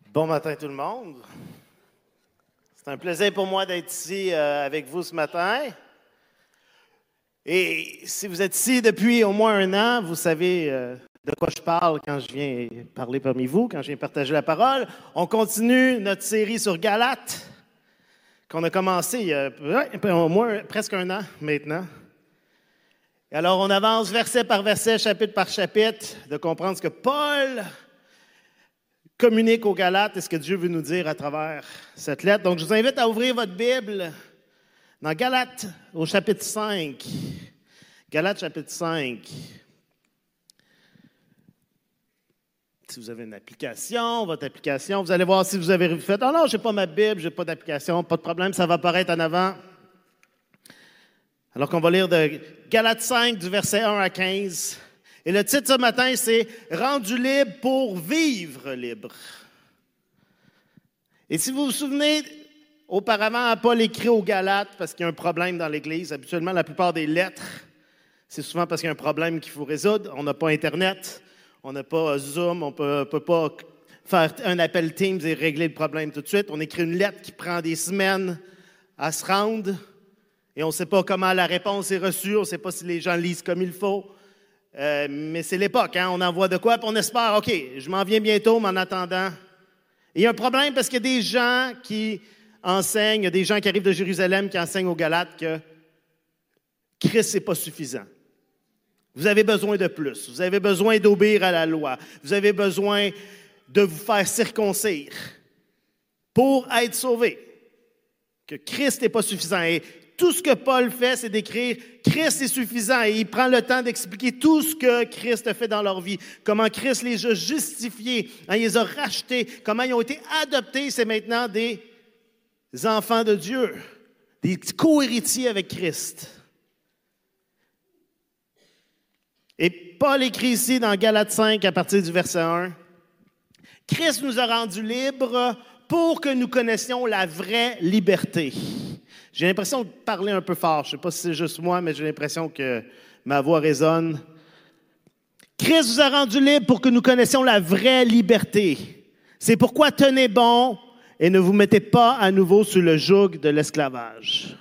Bon matin tout le monde. C'est un plaisir pour moi d'être ici avec vous ce matin. Et si vous êtes ici depuis au moins un an, vous savez de quoi je parle quand je viens parler parmi vous, quand je viens partager la parole. On continue notre série sur Galates qu'on a commencé il y a au moins presque un an maintenant. Et alors on avance verset par verset, chapitre par chapitre, de comprendre ce que Paul communique aux Galates et ce que Dieu veut nous dire à travers cette lettre. Donc, je vous invite à ouvrir votre Bible dans Galates au chapitre 5. Galates chapitre 5. Si vous avez une application, votre application, vous allez voir si vous avez fait « Oh non, je n'ai pas ma Bible, je n'ai pas d'application, pas de problème, ça va apparaître en avant. » Alors qu'on va lire de Galates 5 du verset 1 à 15. Et le titre ce matin, c'est « Rendu libre pour vivre libre ». Et si vous vous souvenez, auparavant, Paul écrit aux Galates parce qu'il y a un problème dans l'Église. Habituellement, la plupart des lettres, c'est souvent parce qu'il y a un problème qu'il faut résoudre. On n'a pas Internet, on n'a pas Zoom, on ne peut pas faire un appel Teams et régler le problème tout de suite. On écrit une lettre qui prend des semaines à se rendre et on ne sait pas comment la réponse est reçue, on ne sait pas si les gens lisent comme il faut. Mais c'est l'époque, hein? On envoie de quoi, puis on espère, OK, je m'en viens bientôt, mais en attendant. Il y a un problème parce qu'il y a des gens qui enseignent, il y a des gens qui arrivent de Jérusalem qui enseignent aux Galates que Christ, ce n'est pas suffisant. Vous avez besoin de plus. Vous avez besoin d'obéir à la loi. Vous avez besoin de vous faire circoncire pour être sauvé. Que Christ n'est pas suffisant. Et tout ce que Paul fait, c'est d'écrire « Christ est suffisant » et il prend le temps d'expliquer tout ce que Christ a fait dans leur vie, comment Christ les a justifiés, il les a rachetés, comment ils ont été adoptés, c'est maintenant des enfants de Dieu, des co-héritiers avec Christ. Et Paul écrit ici dans Galates 5 à partir du verset 1, « Christ nous a rendus libres pour que nous connaissions la vraie liberté. » J'ai l'impression de parler un peu fort. Je ne sais pas si c'est juste moi, mais j'ai l'impression que ma voix résonne. Christ vous a rendus libres pour que nous connaissions la vraie liberté. C'est pourquoi tenez bon et ne vous mettez pas à nouveau sous le joug de l'esclavage.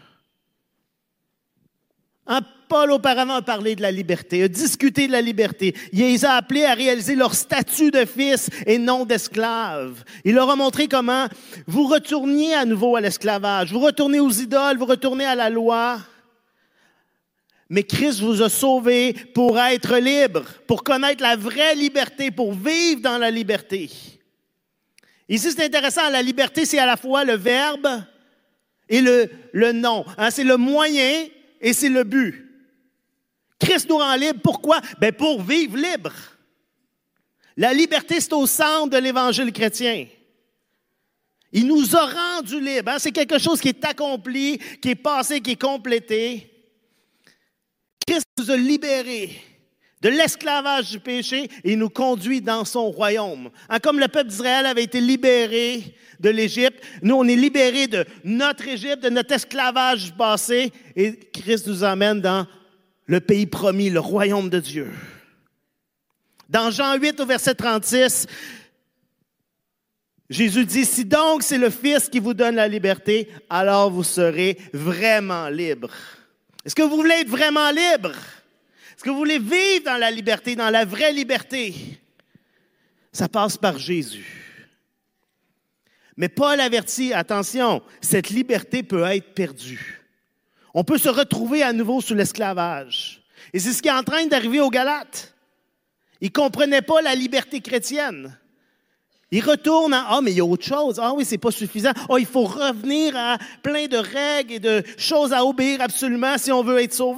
Paul auparavant a parlé de la liberté, a discuté de la liberté. Il les a appelés à réaliser leur statut de fils et non d'esclaves. Il leur a montré comment vous retourniez à nouveau à l'esclavage, vous retournez aux idoles, vous retournez à la loi. Mais Christ vous a sauvés pour être libres, pour connaître la vraie liberté, pour vivre dans la liberté. Ici, c'est intéressant, la liberté, c'est à la fois le verbe et le nom. C'est le moyen et c'est le but. Christ nous rend libres. Pourquoi? Pour vivre libre. La liberté, c'est au centre de l'Évangile chrétien. Il nous a rendus libres. C'est quelque chose qui est accompli, qui est passé, qui est complété. Christ nous a libérés de l'esclavage du péché et nous conduit dans son royaume. Comme le peuple d'Israël avait été libéré de l'Égypte, nous, on est libérés de notre Égypte, de notre esclavage du passé, et Christ nous emmène dans le pays promis, le royaume de Dieu. Dans Jean 8, au verset 36, Jésus dit, « Si donc c'est le Fils qui vous donne la liberté, alors vous serez vraiment libres. » Est-ce que vous voulez être vraiment libre? Est-ce que vous voulez vivre dans la liberté, dans la vraie liberté? Ça passe par Jésus. Mais Paul avertit, attention, cette liberté peut être perdue. On peut se retrouver à nouveau sous l'esclavage. Et c'est ce qui est en train d'arriver aux Galates. Ils ne comprenaient pas la liberté chrétienne. Ils retournent à « Ah, mais il y a autre chose. Ah oui, c'est pas suffisant. Ah, il faut revenir à plein de règles et de choses à obéir absolument si on veut être sauvé. »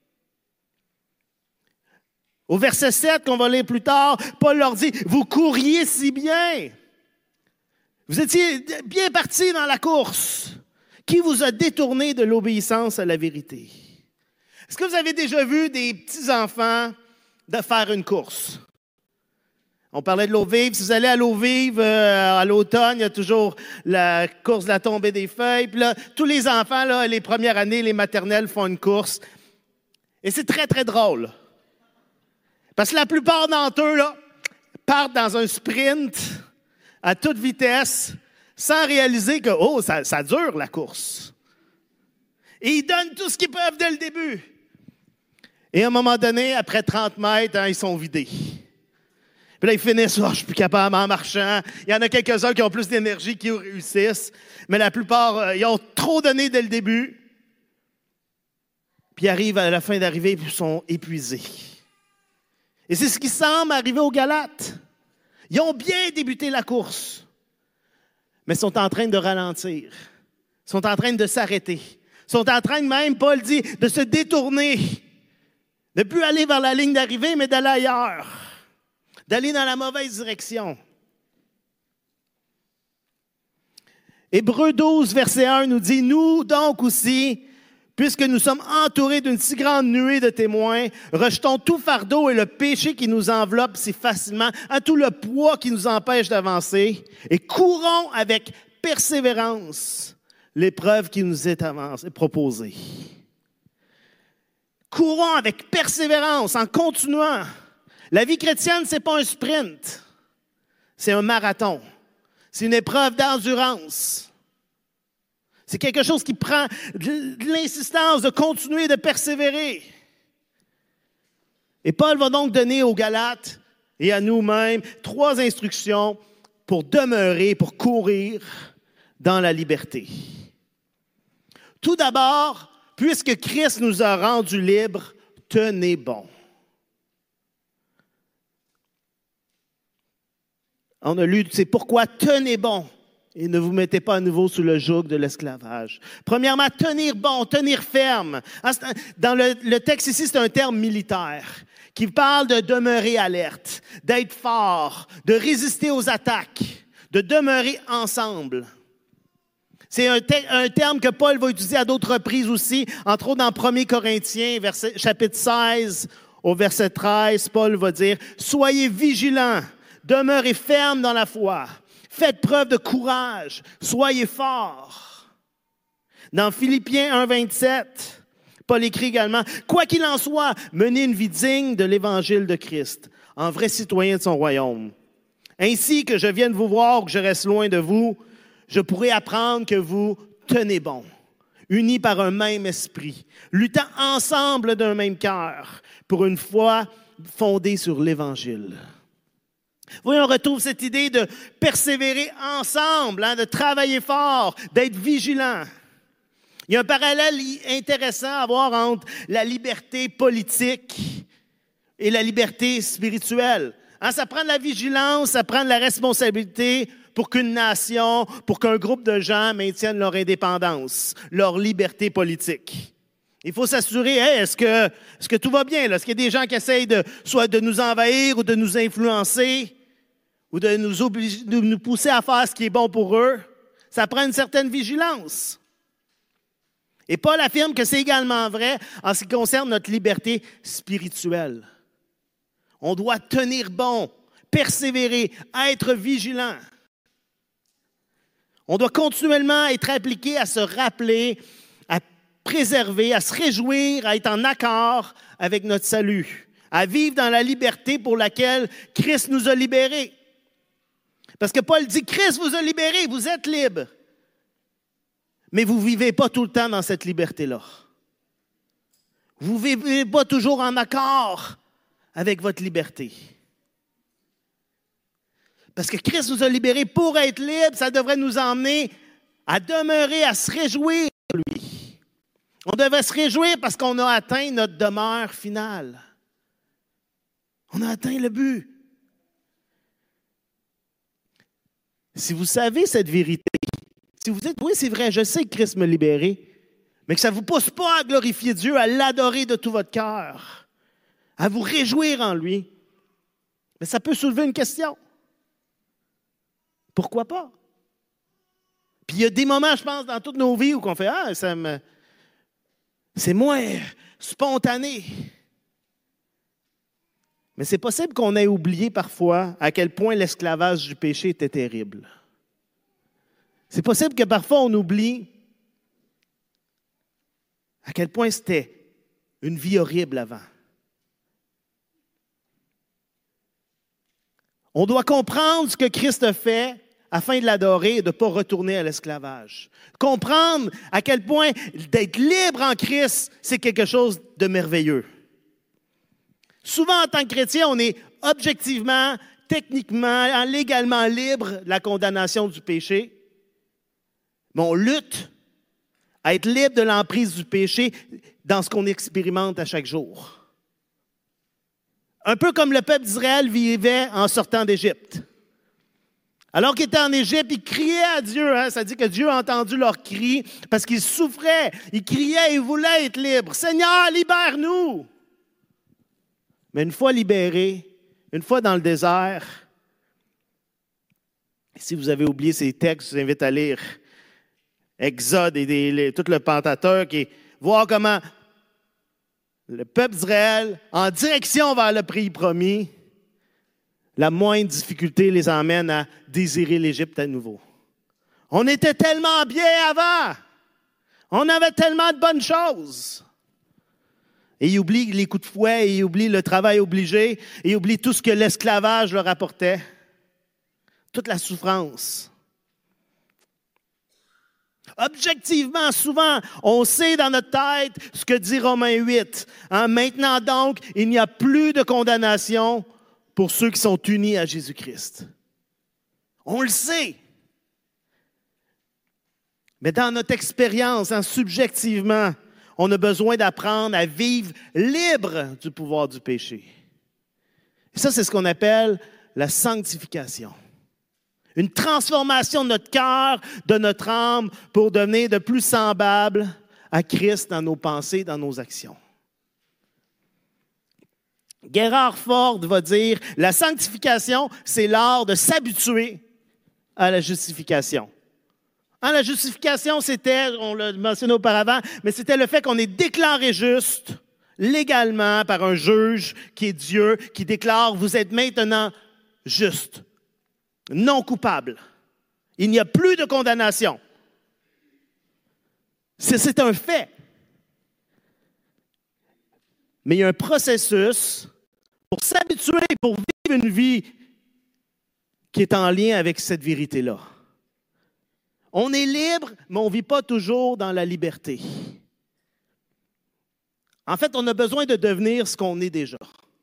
Au verset 7, qu'on va lire plus tard, Paul leur dit « Vous couriez si bien. Vous étiez bien partis dans la course. Qui vous a détourné de l'obéissance à la vérité? » Est-ce que vous avez déjà vu des petits-enfants de faire une course? On parlait de l'eau vive. Si vous allez à l'eau vive, à l'automne, il y a toujours la course de la tombée des feuilles. Puis là, tous les enfants, là, les premières années, les maternelles font une course. Et c'est très, très drôle. Parce que la plupart d'entre eux là, partent dans un sprint à toute vitesse, sans réaliser que, ça dure la course. Et ils donnent tout ce qu'ils peuvent dès le début. Et à un moment donné, après 30 mètres, ils sont vidés. Puis là, ils finissent, je suis plus capable en marchant. Il y en a quelques-uns qui ont plus d'énergie, qui réussissent. Mais la plupart, ils ont trop donné dès le début. Puis ils arrivent à la fin d'arrivée, puis ils sont épuisés. Et c'est ce qui semble arriver aux Galates. Ils ont bien débuté la course, mais sont en train de ralentir. Ils sont en train de s'arrêter. Ils sont en train même, Paul dit, de se détourner. De ne plus aller vers la ligne d'arrivée, mais d'aller ailleurs. D'aller dans la mauvaise direction. Hébreux 12, verset 1 nous dit, « Nous donc aussi, puisque nous sommes entourés d'une si grande nuée de témoins, rejetons tout fardeau et le péché qui nous enveloppe si facilement, à tout le poids qui nous empêche d'avancer, et courons avec persévérance l'épreuve qui nous est proposée. » Courons avec persévérance, en continuant. La vie chrétienne, ce n'est pas un sprint, c'est un marathon. C'est une épreuve d'endurance. C'est quelque chose qui prend de l'insistance de continuer, de persévérer. Et Paul va donc donner aux Galates et à nous-mêmes 3 instructions pour demeurer, pour courir dans la liberté. Tout d'abord, puisque Christ nous a rendus libres, tenez bon. On a lu, c'est pourquoi tenez bon et ne vous mettez pas à nouveau sous le joug de l'esclavage. Premièrement, tenir bon, tenir ferme. Dans le texte ici, c'est un terme militaire qui parle de demeurer alerte, d'être fort, de résister aux attaques, de demeurer ensemble. C'est un terme que Paul va utiliser à d'autres reprises aussi, entre autres dans 1 Corinthiens, chapitre 16, au verset 13, Paul va dire « Soyez vigilants, demeurez fermes dans la foi, faites preuve de courage, soyez forts. » Dans Philippiens 1, 27, Paul écrit également « Quoi qu'il en soit, menez une vie digne de l'évangile de Christ, en vrai citoyen de son royaume. Ainsi que je vienne vous voir ou que je reste loin de vous, je pourrai apprendre que vous tenez bon, unis par un même esprit, luttant ensemble d'un même cœur, pour une foi fondée sur l'Évangile. » Voyons, on retrouve cette idée de persévérer ensemble, de travailler fort, d'être vigilant. Il y a un parallèle intéressant à voir entre la liberté politique et la liberté spirituelle. Ça prend de la vigilance, ça prend de la responsabilité pour qu'une nation, pour qu'un groupe de gens maintiennent leur indépendance, leur liberté politique. Il faut s'assurer, est-ce que tout va bien? Là? Est-ce qu'il y a des gens qui essayent soit de nous envahir ou de nous influencer ou de nous pousser à faire ce qui est bon pour eux? Ça prend une certaine vigilance. Et Paul affirme que c'est également vrai en ce qui concerne notre liberté spirituelle. On doit tenir bon, persévérer, être vigilant. On doit continuellement être appliqué à se rappeler, à préserver, à se réjouir, à être en accord avec notre salut, à vivre dans la liberté pour laquelle Christ nous a libérés. Parce que Paul dit, Christ vous a libérés, vous êtes libres. Mais vous ne vivez pas tout le temps dans cette liberté-là. Vous ne vivez pas toujours en accord avec votre liberté. Parce que Christ nous a libérés pour être libres, ça devrait nous emmener à demeurer, à se réjouir de lui. On devrait se réjouir parce qu'on a atteint notre demeure finale. On a atteint le but. Si vous savez cette vérité, si vous dites, oui, c'est vrai, je sais que Christ m'a libéré, mais que ça ne vous pousse pas à glorifier Dieu, à l'adorer de tout votre cœur, à vous réjouir en lui, mais ça peut soulever une question. Pourquoi pas? Puis il y a des moments, je pense, dans toutes nos vies où on fait « c'est moins spontané ». Mais c'est possible qu'on ait oublié parfois à quel point l'esclavage du péché était terrible. C'est possible que parfois on oublie à quel point c'était une vie horrible avant. On doit comprendre ce que Christ a fait, afin de l'adorer et de ne pas retourner à l'esclavage. Comprendre à quel point d'être libre en Christ, c'est quelque chose de merveilleux. Souvent, en tant que chrétien, on est objectivement, techniquement, légalement libre de la condamnation du péché. Mais on lutte à être libre de l'emprise du péché dans ce qu'on expérimente à chaque jour. Un peu comme le peuple d'Israël vivait en sortant d'Égypte. Alors qu'ils étaient en Égypte, ils criaient à Dieu. Ça dit que Dieu a entendu leurs cris parce qu'ils souffraient. Ils criaient, ils voulaient être libres. Seigneur, libère-nous! Mais une fois libérés, une fois dans le désert, si vous avez oublié ces textes, je vous invite à lire Exode et tout le Pentateuque et voir comment le peuple d'Israël, en direction vers le pays promis, la moindre difficulté les emmène à désirer l'Égypte à nouveau. On était tellement bien avant. On avait tellement de bonnes choses. Et ils oublient les coups de fouet, et ils oublient le travail obligé, et ils oublient tout ce que l'esclavage leur apportait. Toute la souffrance. Objectivement, souvent, on sait dans notre tête ce que dit Romains 8. Maintenant donc, il n'y a plus de condamnation pour ceux qui sont unis à Jésus-Christ. On le sait. Mais dans notre expérience, subjectivement, on a besoin d'apprendre à vivre libre du pouvoir du péché. Et ça, c'est ce qu'on appelle la sanctification. Une transformation de notre cœur, de notre âme, pour devenir de plus semblable à Christ dans nos pensées, dans nos actions. Gerhard Ford va dire, la sanctification, c'est l'art de s'habituer à la justification. La justification, c'était, on l'a mentionné auparavant, mais c'était le fait qu'on est déclaré juste légalement par un juge qui est Dieu, qui déclare, vous êtes maintenant juste, non coupable. Il n'y a plus de condamnation. C'est un fait. Mais il y a un processus pour s'habituer, pour vivre une vie qui est en lien avec cette vérité-là. On est libre, mais on ne vit pas toujours dans la liberté. En fait, on a besoin de devenir ce qu'on est déjà.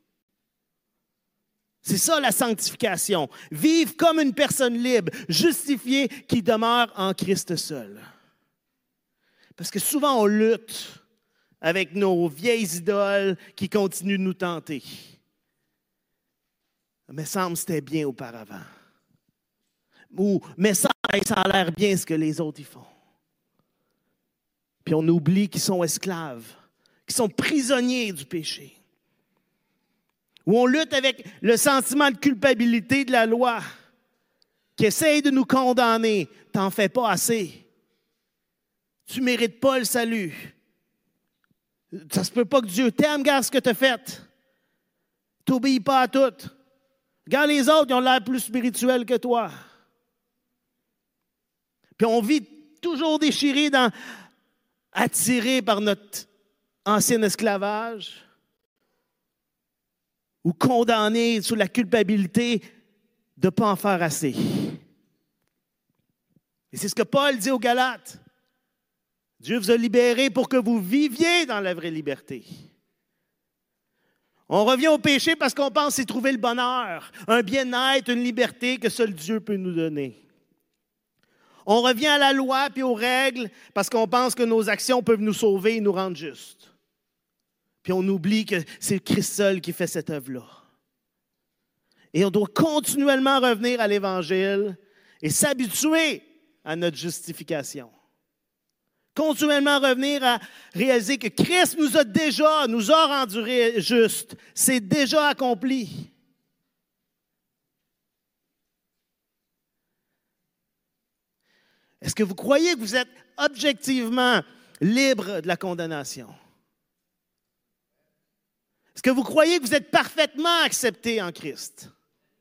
C'est ça la sanctification. Vivre comme une personne libre, justifiée, qui demeure en Christ seul. Parce que souvent, on lutte avec nos vieilles idoles qui continuent de nous tenter. Mais semble que c'était bien auparavant. Ou, mais ça a l'air bien ce que les autres y font. Puis on oublie qu'ils sont esclaves, qu'ils sont prisonniers du péché. Ou on lutte avec le sentiment de culpabilité de la loi qui essaye de nous condamner. T'en fais pas assez. Tu ne mérites pas le salut. Ça se peut pas que Dieu t'aime, regarde ce que tu as fait. Tu n'obéis pas à tout. Regarde les autres, ils ont l'air plus spirituels que toi. Puis on vit toujours déchiré, attiré par notre ancien esclavage ou condamné sous la culpabilité de ne pas en faire assez. Et c'est ce que Paul dit aux Galates. Dieu vous a libérés pour que vous viviez dans la vraie liberté. On revient au péché parce qu'on pense y trouver le bonheur, un bien-être, une liberté que seul Dieu peut nous donner. On revient à la loi puis aux règles parce qu'on pense que nos actions peuvent nous sauver et nous rendre justes. Puis on oublie que c'est Christ seul qui fait cette œuvre-là. Et on doit continuellement revenir à l'Évangile et s'habituer à notre justification. Continuellement revenir à réaliser que Christ nous a rendus justes. C'est déjà accompli. Est-ce que vous croyez que vous êtes objectivement libre de la condamnation? Est-ce que vous croyez que vous êtes parfaitement accepté en Christ?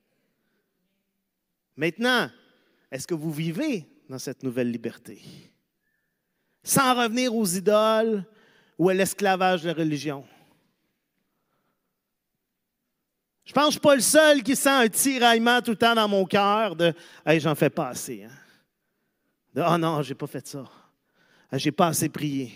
Maintenant, est-ce que vous vivez dans cette nouvelle liberté? Sans revenir aux idoles ou à l'esclavage de la religion. Je pense que je ne suis pas le seul qui sent un tiraillement tout le temps dans mon cœur de « Hey, j'en fais pas assez. Hein? » De « Oh non, j'ai pas fait ça. J'ai pas assez prié.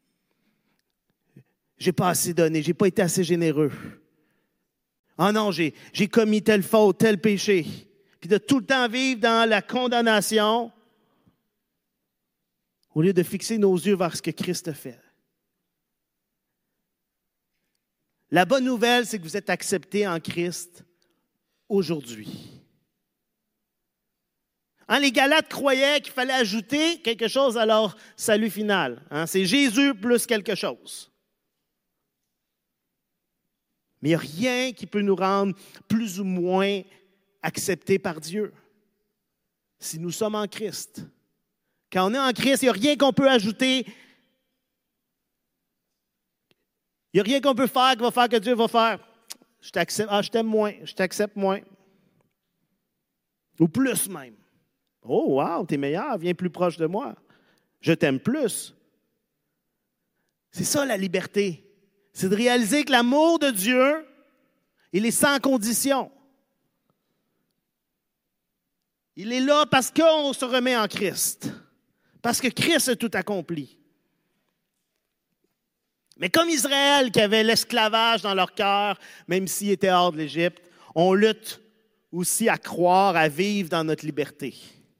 J'ai pas assez donné. J'ai pas été assez généreux. Oh non, j'ai commis telle faute, tel péché. » Puis de tout le temps vivre dans la condamnation au lieu de fixer nos yeux vers ce que Christ a fait. La bonne nouvelle, c'est que vous êtes acceptés en Christ aujourd'hui. Les Galates croyaient qu'il fallait ajouter quelque chose à leur salut final. C'est Jésus plus quelque chose. Mais il n'y a rien qui peut nous rendre plus ou moins acceptés par Dieu si nous sommes en Christ. Quand on est en Christ, il n'y a rien qu'on peut ajouter. Il n'y a rien qu'on peut faire qui va faire que Dieu va faire. Je t'accepte, je t'aime moins, je t'accepte moins. Ou plus même. Oh, wow, t'es meilleur, viens plus proche de moi. Je t'aime plus. C'est ça la liberté. C'est de réaliser que l'amour de Dieu, il est sans condition. Il est là parce qu'on se remet en Christ. Parce que Christ a tout accompli. Mais comme Israël qui avait l'esclavage dans leur cœur, même s'il était hors de l'Égypte, on lutte aussi à croire, à vivre dans notre liberté.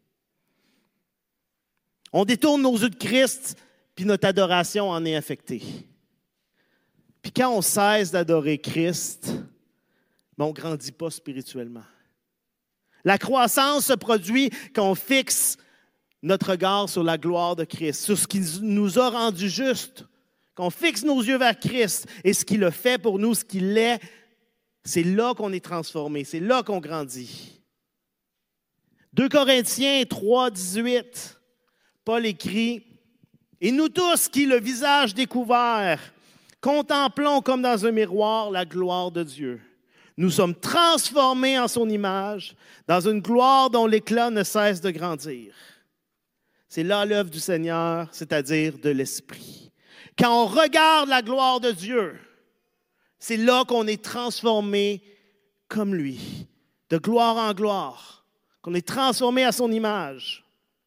On détourne nos yeux de Christ, puis notre adoration en est affectée. Puis quand on cesse d'adorer Christ, on ne grandit pas spirituellement. La croissance se produit quand on fixe notre regard sur la gloire de Christ, sur ce qui nous a rendus justes. Qu'on fixe nos yeux vers Christ et ce qu'il a fait pour nous, ce qu'il est, c'est là qu'on est transformé, c'est là qu'on grandit. 2 Corinthiens 3, 18, Paul écrit « Et nous tous qui, le visage découvert, contemplons comme dans un miroir la gloire de Dieu. Nous sommes transformés en son image, dans une gloire dont l'éclat ne cesse de grandir. » C'est là l'œuvre du Seigneur, c'est-à-dire de l'Esprit. Quand on regarde la gloire de Dieu, c'est là qu'on est transformé comme lui, de gloire en gloire, qu'on est transformé à son image.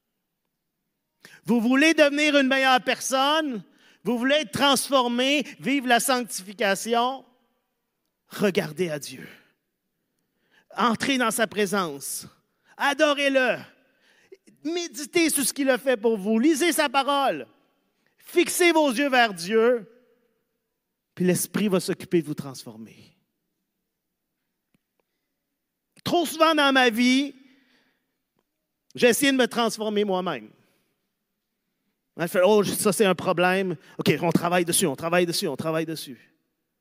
Vous voulez devenir une meilleure personne? Vous voulez être transformé, vivre la sanctification? Regardez à Dieu. Entrez dans sa présence. Adorez-le. Méditez sur ce qu'il a fait pour vous. Lisez sa parole. Fixez vos yeux vers Dieu, puis l'Esprit va s'occuper de vous transformer. Trop souvent dans ma vie, j'ai essayé de me transformer moi-même. Je fais, oh, ça c'est un problème. OK, on travaille dessus, on travaille dessus, on travaille dessus.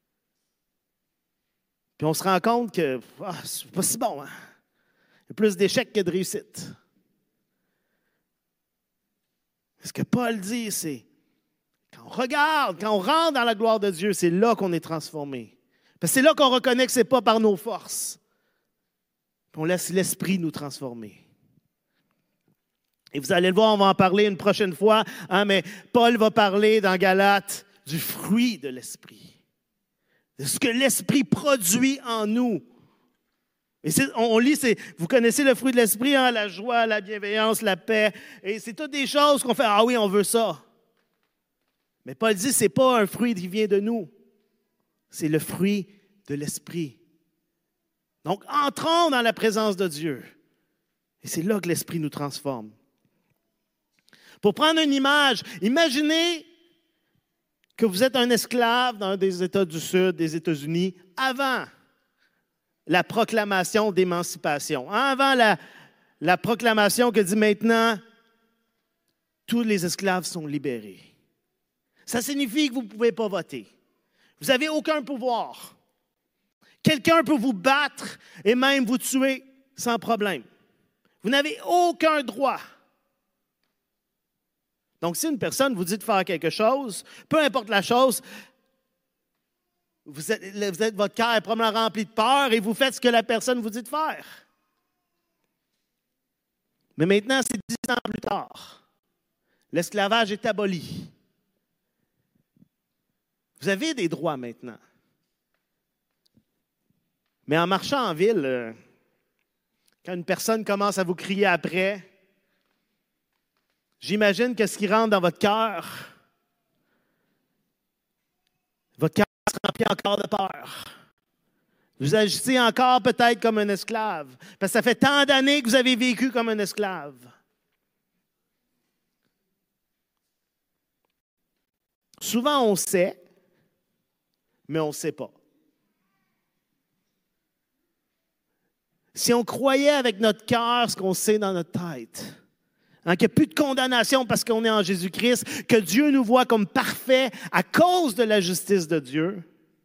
Puis on se rend compte que c'est pas si bon. Hein? Il y a plus d'échecs que de réussites. Ce que Paul dit, c'est quand on regarde, quand on rentre dans la gloire de Dieu, c'est là qu'on est transformé. Parce que c'est là qu'on reconnaît que ce n'est pas par nos forces. Qu'on laisse l'Esprit nous transformer. Et vous allez le voir, on va en parler une prochaine fois, mais Paul va parler dans Galates du fruit de l'Esprit. De ce que l'Esprit produit en nous. Et on lit, vous connaissez le fruit de l'Esprit, la joie, la bienveillance, la paix. Et c'est toutes des choses qu'on fait, ah oui, on veut ça. Mais Paul dit, ce n'est pas un fruit qui vient de nous. C'est le fruit de l'Esprit. Donc, entrons dans la présence de Dieu. Et c'est là que l'Esprit nous transforme. Pour prendre une image, imaginez que vous êtes un esclave dans un des États du Sud, des États-Unis, avant la proclamation d'émancipation, avant la proclamation que dit maintenant, tous les esclaves sont libérés. Ça signifie que vous ne pouvez pas voter. Vous n'avez aucun pouvoir. Quelqu'un peut vous battre et même vous tuer sans problème. Vous n'avez aucun droit. Donc, si une personne vous dit de faire quelque chose, peu importe la chose, votre cœur est probablement rempli de peur et vous faites ce que la personne vous dit de faire. Mais maintenant, c'est 10 ans plus tard. L'esclavage est aboli. Vous avez des droits maintenant. Mais en marchant en ville, quand une personne commence à vous crier après, j'imagine que ce qui rentre dans votre cœur se remplit encore de peur. Vous agissez encore peut-être comme un esclave, parce que ça fait tant d'années que vous avez vécu comme un esclave. Souvent, on sait, mais on ne sait pas. Si on croyait avec notre cœur ce qu'on sait dans notre tête, qu'il n'y a plus de condamnation parce qu'on est en Jésus-Christ, que Dieu nous voit comme parfaits à cause de la justice de Dieu,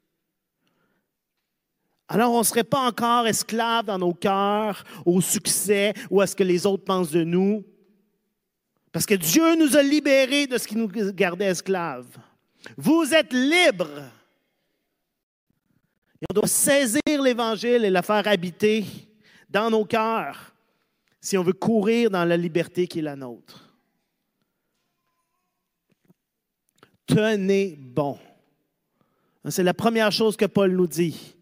alors on ne serait pas encore esclaves dans nos cœurs au succès ou à ce que les autres pensent de nous, parce que Dieu nous a libérés de ce qui nous gardait esclaves. Vous êtes libres. Et on doit saisir l'Évangile et le faire habiter dans nos cœurs si on veut courir dans la liberté qui est la nôtre. Tenez bon. C'est la première chose que Paul nous dit.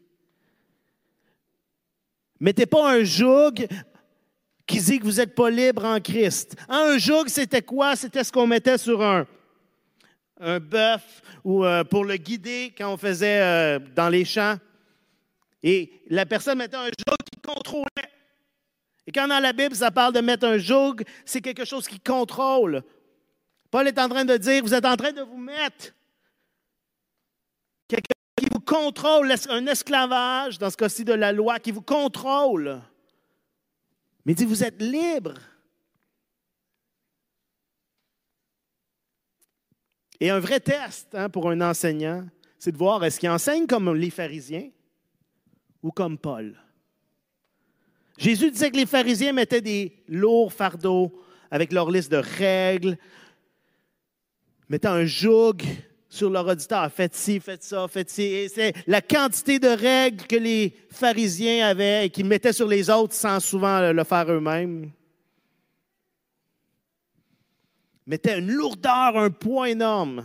Mettez pas un joug qui dit que vous n'êtes pas libre en Christ. Un joug, c'était quoi? C'était ce qu'on mettait sur un bœuf ou pour le guider quand on faisait dans les champs. Et la personne mettait un joug qui contrôlait. Et quand dans la Bible, ça parle de mettre un joug, c'est quelque chose qui contrôle. Paul est en train de dire, vous êtes en train de vous mettre quelque chose qui vous contrôle, un esclavage, dans ce cas-ci de la loi, qui vous contrôle. Mais il dit, vous êtes libre. Et un vrai test pour un enseignant, c'est de voir est-ce qu'il enseigne comme les pharisiens ou comme Paul. Jésus disait que les pharisiens mettaient des lourds fardeaux avec leur liste de règles, mettant un joug sur leur auditeur. Faites ci, faites ça, faites ci. Et c'est la quantité de règles que les pharisiens avaient et qu'ils mettaient sur les autres sans souvent le faire eux-mêmes. Mettaient une lourdeur, un poids énorme.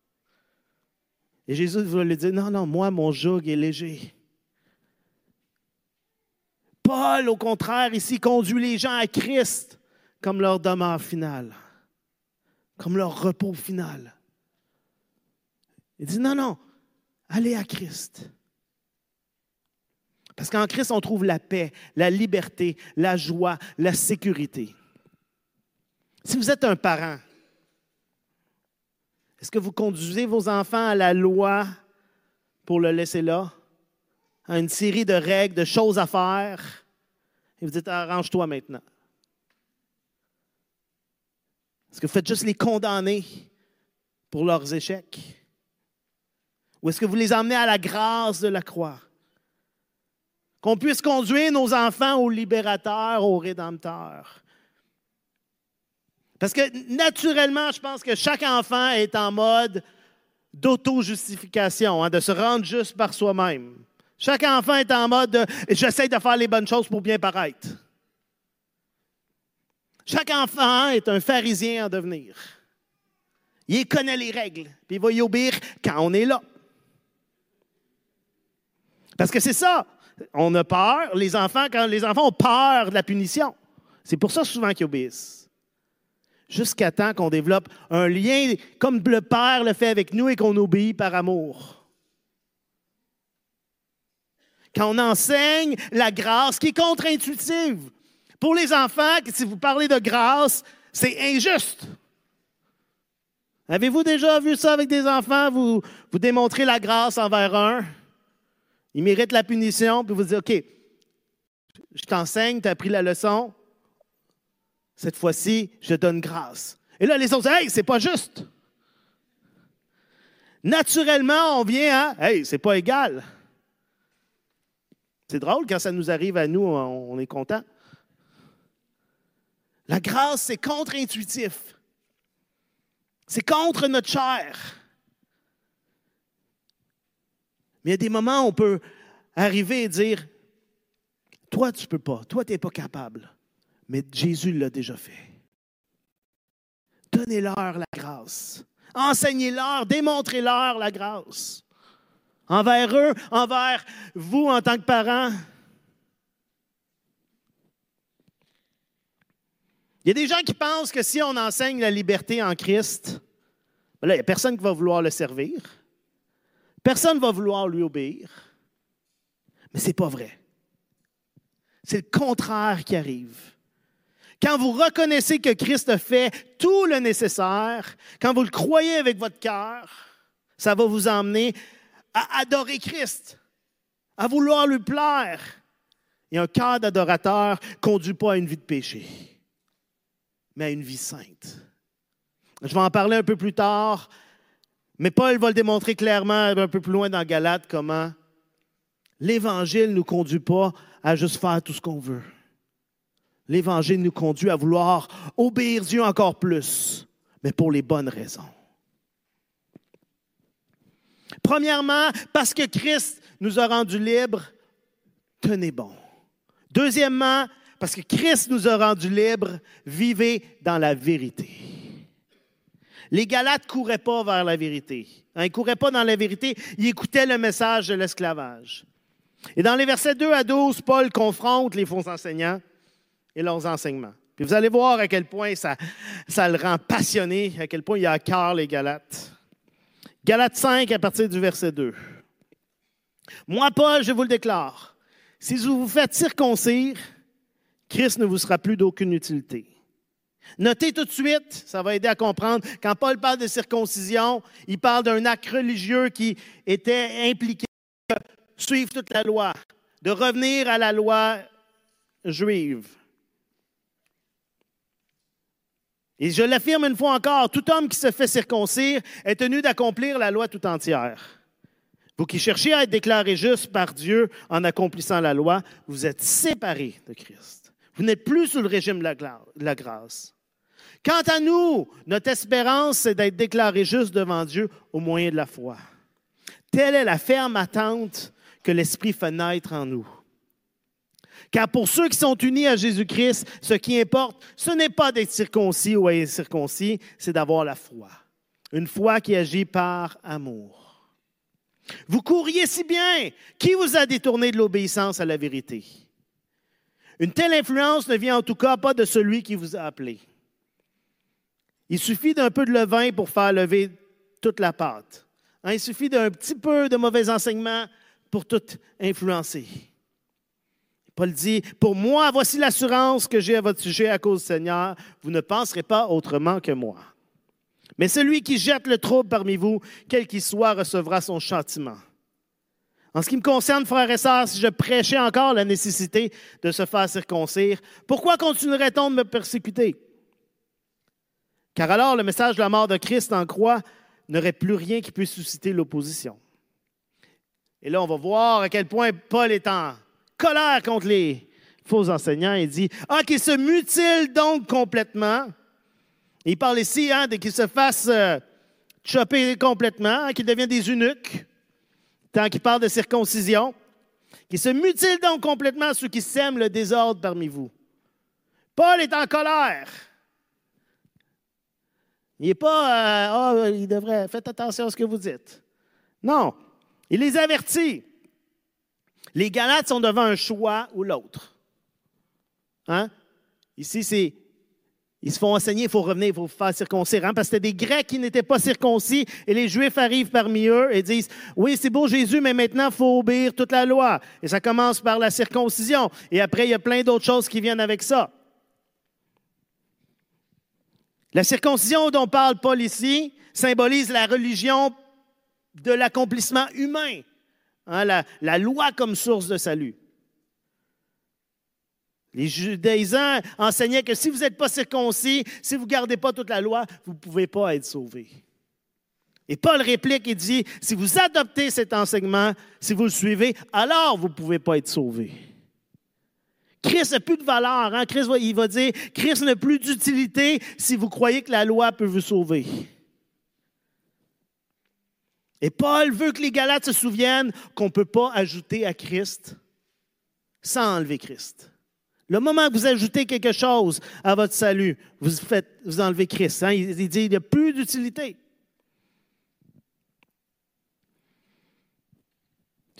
Et Jésus voulait dire, non, moi, mon joug est léger. Paul, au contraire, ici, conduit les gens à Christ comme leur demeure finale, comme leur repos final. Il dit, non, allez à Christ. Parce qu'en Christ, on trouve la paix, la liberté, la joie, la sécurité. Si vous êtes un parent, est-ce que vous conduisez vos enfants à la loi pour le laisser là? À une série de règles, de choses à faire, et vous dites, arrange-toi maintenant. Est-ce que vous faites juste les condamner pour leurs échecs? Ou est-ce que vous les emmenez à la grâce de la croix? Qu'on puisse conduire nos enfants au libérateur, au rédempteur. Parce que naturellement, je pense que chaque enfant est en mode d'auto-justification, de se rendre juste par soi-même. Chaque enfant est en mode de « j'essaie de faire les bonnes choses pour bien paraître ». Chaque enfant est un pharisien en devenir. Il connaît les règles, puis il va y obéir quand on est là. Parce que c'est ça, on a peur, quand les enfants ont peur de la punition. C'est pour ça souvent qu'ils obéissent. Jusqu'à temps qu'on développe un lien comme le Père le fait avec nous et qu'on obéit par amour. Quand on enseigne la grâce qui est contre-intuitive. Pour les enfants, si vous parlez de grâce, c'est injuste. Avez-vous déjà vu ça avec des enfants? Vous démontrez la grâce envers un. Il mérite la punition, puis vous dites, OK, je t'enseigne, tu as appris la leçon. Cette fois-ci, je donne grâce. Et là, les autres disent, hey, c'est pas juste. Naturellement, on vient à, hey, c'est pas égal. C'est drôle, quand ça nous arrive à nous, on est content. La grâce, c'est contre-intuitif. C'est contre notre chair. Mais il y a des moments où on peut arriver et dire, toi, tu ne peux pas, toi, tu n'es pas capable. Mais Jésus l'a déjà fait. Donnez-leur la grâce. Enseignez-leur, démontrez-leur la grâce. Envers eux, envers vous en tant que parents. Il y a des gens qui pensent que si on enseigne la liberté en Christ, ben là, il n'y a personne qui va vouloir le servir. Personne ne va vouloir lui obéir. Mais ce n'est pas vrai. C'est le contraire qui arrive. Quand vous reconnaissez que Christ a fait tout le nécessaire, quand vous le croyez avec votre cœur, ça va vous emmener à adorer Christ, à vouloir lui plaire. Et un cœur d'adorateur ne conduit pas à une vie de péché, mais à une vie sainte. Je vais en parler un peu plus tard, mais Paul va le démontrer clairement un peu plus loin dans Galates, comment l'Évangile ne nous conduit pas à juste faire tout ce qu'on veut. L'Évangile nous conduit à vouloir obéir Dieu encore plus, mais pour les bonnes raisons. Premièrement, parce que Christ nous a rendus libres, tenez bon. Deuxièmement, parce que Christ nous a rendus libres, vivez dans la vérité. Les Galates ne couraient pas vers la vérité. Ils ne couraient pas dans la vérité, ils écoutaient le message de l'esclavage. Et dans les versets 2 à 12, Paul confronte les faux enseignants et leurs enseignements. Puis vous allez voir à quel point ça le rend passionné, à quel point il a à cœur les Galates. Galates 5, à partir du verset 2. « Moi, Paul, je vous le déclare, si vous vous faites circoncire, Christ ne vous sera plus d'aucune utilité. » Notez tout de suite, ça va aider à comprendre, quand Paul parle de circoncision, il parle d'un acte religieux qui était impliqué de suivre toute la loi, de revenir à la loi juive. Et je l'affirme une fois encore, tout homme qui se fait circoncire est tenu d'accomplir la loi tout entière. Vous qui cherchez à être déclarés justes par Dieu en accomplissant la loi, vous êtes séparés de Christ. Vous n'êtes plus sous le régime de la grâce. Quant à nous, notre espérance, c'est d'être déclarés justes devant Dieu au moyen de la foi. Telle est la ferme attente que l'Esprit fait naître en nous. Car pour ceux qui sont unis à Jésus-Christ, ce qui importe, ce n'est pas d'être circoncis ou incirconcis, c'est d'avoir la foi. Une foi qui agit par amour. Vous courriez si bien. Qui vous a détourné de l'obéissance à la vérité? Une telle influence ne vient en tout cas pas de celui qui vous a appelé. Il suffit d'un peu de levain pour faire lever toute la pâte. Il suffit d'un petit peu de mauvais enseignement pour tout influencer. Paul dit, « Pour moi, voici l'assurance que j'ai à votre sujet à cause du Seigneur. Vous ne penserez pas autrement que moi. Mais celui qui jette le trouble parmi vous, quel qu'il soit, recevra son châtiment. En ce qui me concerne, frères et sœurs, si je prêchais encore la nécessité de se faire circoncire, pourquoi continuerait-on de me persécuter? Car alors le message de la mort de Christ en croix n'aurait plus rien qui puisse susciter l'opposition. » Et là, on va voir à quel point Paul est en colère contre les faux enseignants. Il dit, « qu'ils se mutilent donc complètement. » Il parle ici de qu'ils se fassent chopper complètement, qu'ils deviennent des eunuques, tant qu'il parle de circoncision. Qu'ils se mutilent donc complètement ceux qui sèment le désordre parmi vous. Paul est en colère. Il n'est pas, il devrait, faites attention à ce que vous dites. Non, il les avertit. Les Galates sont devant un choix ou l'autre. Ici, ils se font enseigner, il faut revenir, il faut faire circoncire. Parce que c'était des Grecs qui n'étaient pas circoncis et les Juifs arrivent parmi eux et disent, oui, c'est beau Jésus, mais maintenant, il faut obéir toute la loi. Et ça commence par la circoncision. Et après, il y a plein d'autres choses qui viennent avec ça. La circoncision dont parle Paul ici symbolise la religion de l'accomplissement humain, la loi comme source de salut. Les judaïsants enseignaient que si vous n'êtes pas circoncis, si vous ne gardez pas toute la loi, vous ne pouvez pas être sauvés. Et Paul réplique et dit, si vous adoptez cet enseignement, si vous le suivez, alors vous ne pouvez pas être sauvés. Christ n'a plus de valeur. Christ, il va dire, Christ n'a plus d'utilité si vous croyez que la loi peut vous sauver. Et Paul veut que les Galates se souviennent qu'on ne peut pas ajouter à Christ sans enlever Christ. Le moment que vous ajoutez quelque chose à votre salut, vous enlevez Christ. Il dit, il n'y a plus d'utilité.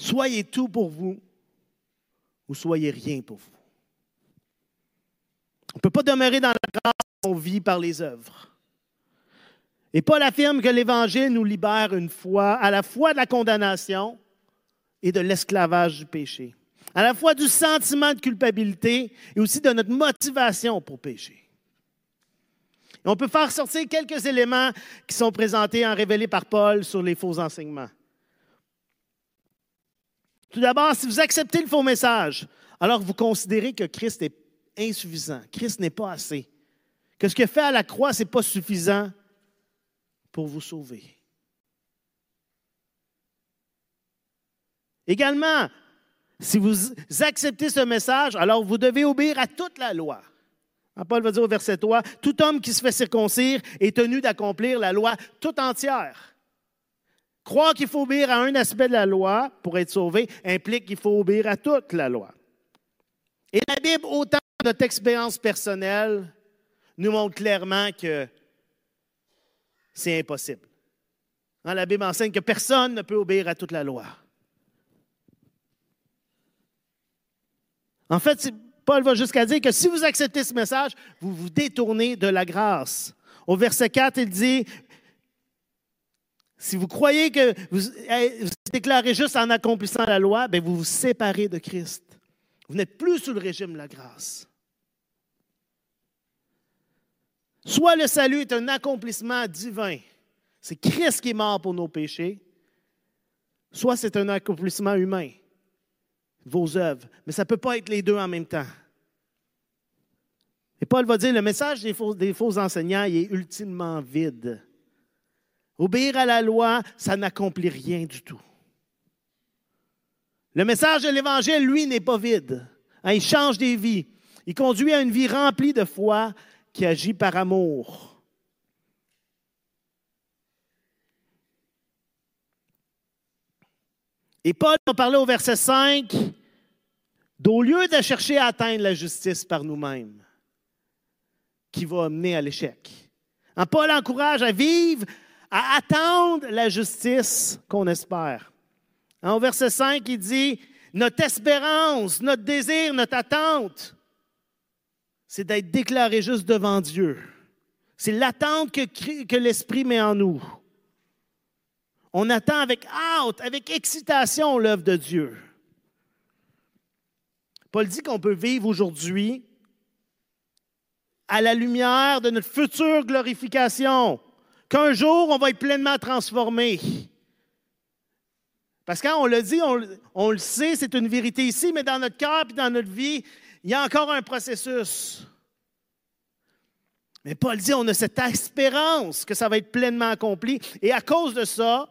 Soyez tout pour vous ou soyez rien pour vous. On ne peut pas demeurer dans la grâce qu'on vit par les œuvres. Et Paul affirme que l'Évangile nous libère une fois, à la fois de la condamnation et de l'esclavage du péché, à la fois du sentiment de culpabilité et aussi de notre motivation pour pécher. Et on peut faire sortir quelques éléments qui sont présentés en révélé par Paul sur les faux enseignements. Tout d'abord, si vous acceptez le faux message, alors vous considérez que Christ est insuffisant. Christ n'est pas assez. Que ce qu'il fait à la croix, ce n'est pas suffisant pour vous sauver. Également, si vous acceptez ce message, alors vous devez obéir à toute la loi. Paul va dire au verset 3, « Tout homme qui se fait circoncire est tenu d'accomplir la loi tout entière. » Croire qu'il faut obéir à un aspect de la loi pour être sauvé implique qu'il faut obéir à toute la loi. Et la Bible, autant que notre expérience personnelle, nous montre clairement que c'est impossible. La Bible enseigne que personne ne peut obéir à toute la loi. En fait, Paul va jusqu'à dire que si vous acceptez ce message, vous vous détournez de la grâce. Au verset 4, il dit, si vous croyez que vous déclarez juste en accomplissant la loi, bien, vous vous séparez de Christ. Vous n'êtes plus sous le régime de la grâce. Soit le salut est un accomplissement divin, c'est Christ qui est mort pour nos péchés, soit c'est un accomplissement humain, vos œuvres. Mais ça ne peut pas être les deux en même temps. Et Paul va dire, le message des faux enseignants il est ultimement vide. Obéir à la loi, ça n'accomplit rien du tout. Le message de l'Évangile, lui, n'est pas vide. Il change des vies. Il conduit à une vie remplie de foi qui agit par amour. Et Paul va parler au verset 5 d'au lieu de chercher à atteindre la justice par nous-mêmes, qui va mener à l'échec. Paul encourage à vivre, à attendre la justice qu'on espère. Au verset 5, il dit, notre espérance, notre désir, notre attente, c'est d'être déclaré juste devant Dieu. C'est l'attente que l'Esprit met en nous. On attend avec hâte, avec excitation l'œuvre de Dieu. Paul dit qu'on peut vivre aujourd'hui à la lumière de notre future glorification, qu'un jour, on va être pleinement transformé. Parce que quand on le dit, on le sait, c'est une vérité ici, mais dans notre cœur et dans notre vie, il y a encore un processus. Mais Paul dit, on a cette espérance que ça va être pleinement accompli. Et à cause de ça,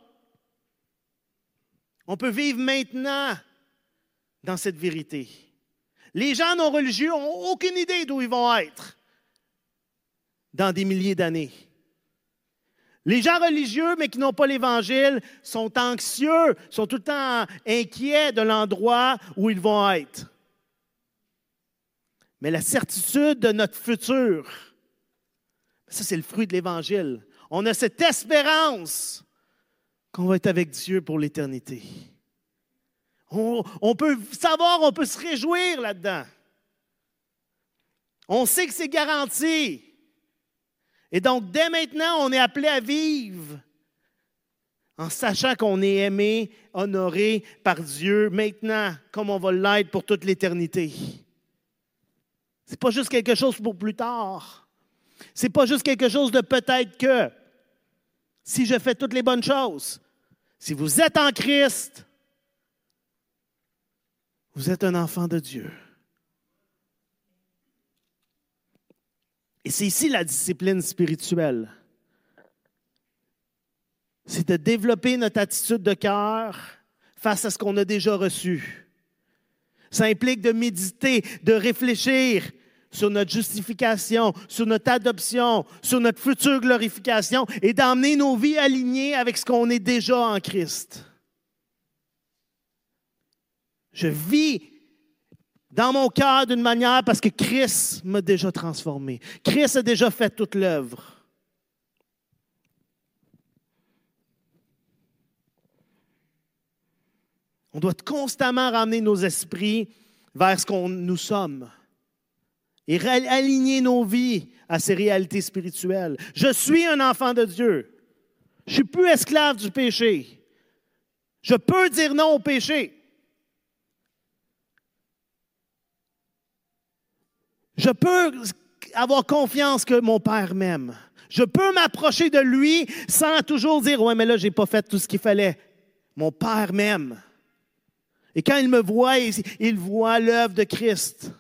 on peut vivre maintenant dans cette vérité. Les gens non religieux n'ont aucune idée d'où ils vont être dans des milliers d'années. Les gens religieux, mais qui n'ont pas l'Évangile, sont anxieux, sont tout le temps inquiets de l'endroit où ils vont être. Mais la certitude de notre futur, ça, c'est le fruit de l'Évangile. On a cette espérance qu'on va être avec Dieu pour l'éternité. On peut savoir, on peut se réjouir là-dedans. On sait que c'est garanti. Et donc, dès maintenant, on est appelé à vivre en sachant qu'on est aimé, honoré par Dieu maintenant, comme on va l'être pour toute l'éternité. Ce n'est pas juste quelque chose pour plus tard. Ce n'est pas juste quelque chose de peut-être que. Si je fais toutes les bonnes choses, si vous êtes en Christ, vous êtes un enfant de Dieu. Et c'est ici la discipline spirituelle. C'est de développer notre attitude de cœur face à ce qu'on a déjà reçu. Ça implique de méditer, de réfléchir sur notre justification, sur notre adoption, sur notre future glorification et d'emmener nos vies alignées avec ce qu'on est déjà en Christ. Je vis dans mon cœur d'une manière parce que Christ m'a déjà transformé. Christ a déjà fait toute l'œuvre. On doit constamment ramener nos esprits vers ce qu'on nous sommes et aligner nos vies à ces réalités spirituelles. Je suis un enfant de Dieu. Je ne suis plus esclave du péché. Je peux dire non au péché. Je peux avoir confiance que mon Père m'aime. Je peux m'approcher de lui sans toujours dire « Ouais, mais là, je n'ai pas fait tout ce qu'il fallait. Mon Père m'aime. » Et quand il me voit, il voit l'œuvre de Christ.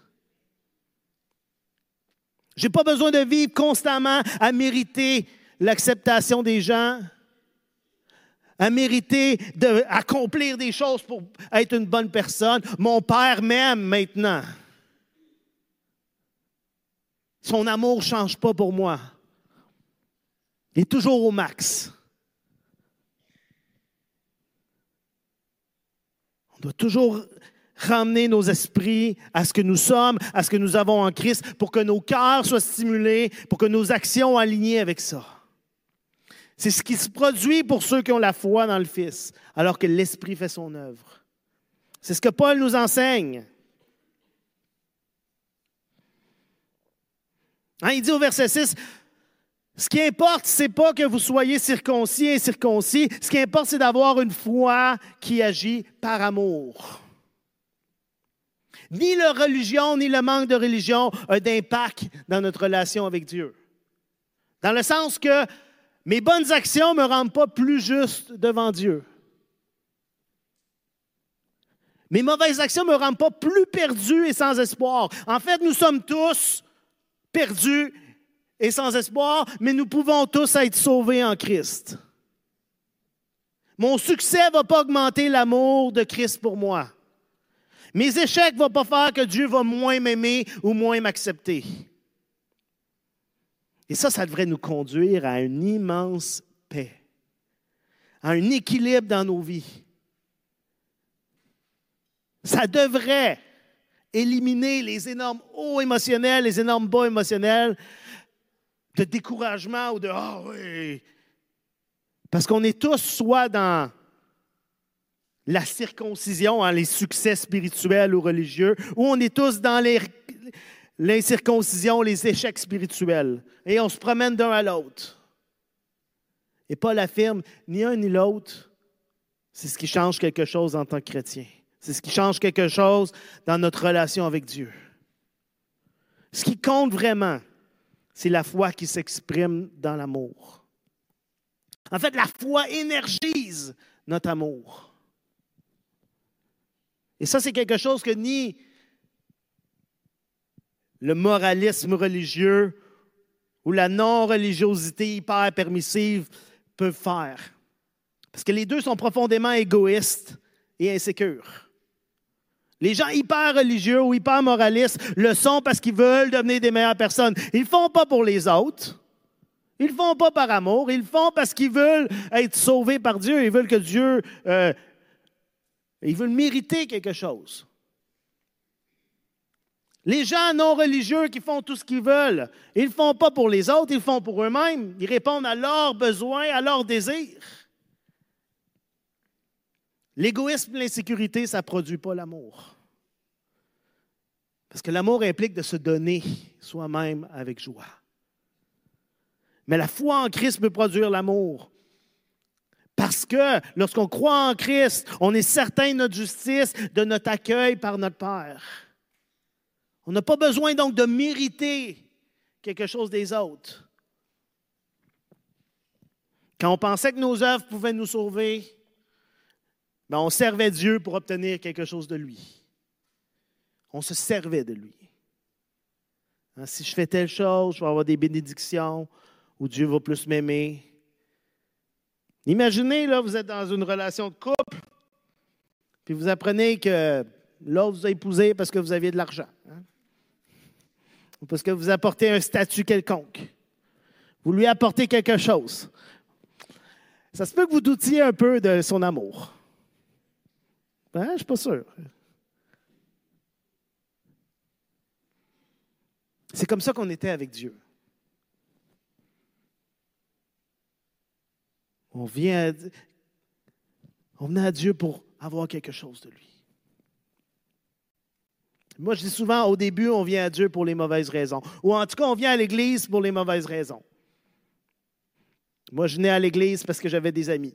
Je n'ai pas besoin de vivre constamment à mériter l'acceptation des gens, à mériter d'accomplir des choses pour être une bonne personne. Mon Père m'aime maintenant. Son amour ne change pas pour moi. Il est toujours au max. On doit toujours ramener nos esprits à ce que nous sommes, à ce que nous avons en Christ, pour que nos cœurs soient stimulés, pour que nos actions soient alignées avec ça. C'est ce qui se produit pour ceux qui ont la foi dans le Fils, alors que l'Esprit fait son œuvre. C'est ce que Paul nous enseigne. Il dit au verset 6, ce qui importe, ce n'est pas que vous soyez circoncis et incirconcis. Ce qui importe, c'est d'avoir une foi qui agit par amour. Ni la religion, ni le manque de religion a d'impact dans notre relation avec Dieu. Dans le sens que mes bonnes actions ne me rendent pas plus juste devant Dieu. Mes mauvaises actions ne me rendent pas plus perdu et sans espoir. En fait, nous sommes tous perdus et sans espoir, mais nous pouvons tous être sauvés en Christ. Mon succès ne va pas augmenter l'amour de Christ pour moi. Mes échecs ne vont pas faire que Dieu va moins m'aimer ou moins m'accepter. Et ça devrait nous conduire à une immense paix, à un équilibre dans nos vies. Ça devrait éliminer les énormes hauts émotionnels, les énormes bas émotionnels, de découragement ou de « Ah oui ». Parce qu'on est tous soit dans la circoncision, les succès spirituels ou religieux, ou on est tous dans l'incirconcision, les échecs spirituels. Et on se promène d'un à l'autre. Et Paul affirme, ni un ni l'autre, c'est ce qui change quelque chose en tant que chrétien. C'est ce qui change quelque chose dans notre relation avec Dieu. Ce qui compte vraiment, c'est la foi qui s'exprime dans l'amour. En fait, la foi énergise notre amour. Et ça, c'est quelque chose que ni le moralisme religieux ou la non-religiosité hyper permissive peuvent faire. Parce que les deux sont profondément égoïstes et insécures. Les gens hyper religieux ou hyper moralistes le sont parce qu'ils veulent devenir des meilleures personnes. Ils ne le font pas pour les autres. Ils ne le font pas par amour. Ils le font parce qu'ils veulent être sauvés par Dieu. Ils veulent que Dieu... ils veulent mériter quelque chose. Les gens non religieux qui font tout ce qu'ils veulent, ils ne le font pas pour les autres, ils le font pour eux-mêmes. Ils répondent à leurs besoins, à leurs désirs. L'égoïsme et l'insécurité, ça ne produit pas l'amour. Parce que l'amour implique de se donner soi-même avec joie. Mais la foi en Christ peut produire l'amour. Parce que lorsqu'on croit en Christ, on est certain de notre justice, de notre accueil par notre Père. On n'a pas besoin donc de mériter quelque chose des autres. Quand on pensait que nos œuvres pouvaient nous sauver, on servait Dieu pour obtenir quelque chose de lui. On se servait de lui. Si je fais telle chose, je vais avoir des bénédictions, ou Dieu va plus m'aimer. Imaginez, là, vous êtes dans une relation de couple, puis vous apprenez que l'autre vous a épousé parce que vous aviez de l'argent. Ou parce que vous apportez un statut quelconque. Vous lui apportez quelque chose. Ça se peut que vous doutiez un peu de son amour. Je ne suis pas sûr. C'est comme ça qu'on était avec Dieu. On venait à Dieu pour avoir quelque chose de lui. Moi, je dis souvent, au début, on vient à Dieu pour les mauvaises raisons. Ou en tout cas, on vient à l'Église pour les mauvaises raisons. Moi, je venais à l'Église parce que j'avais des amis.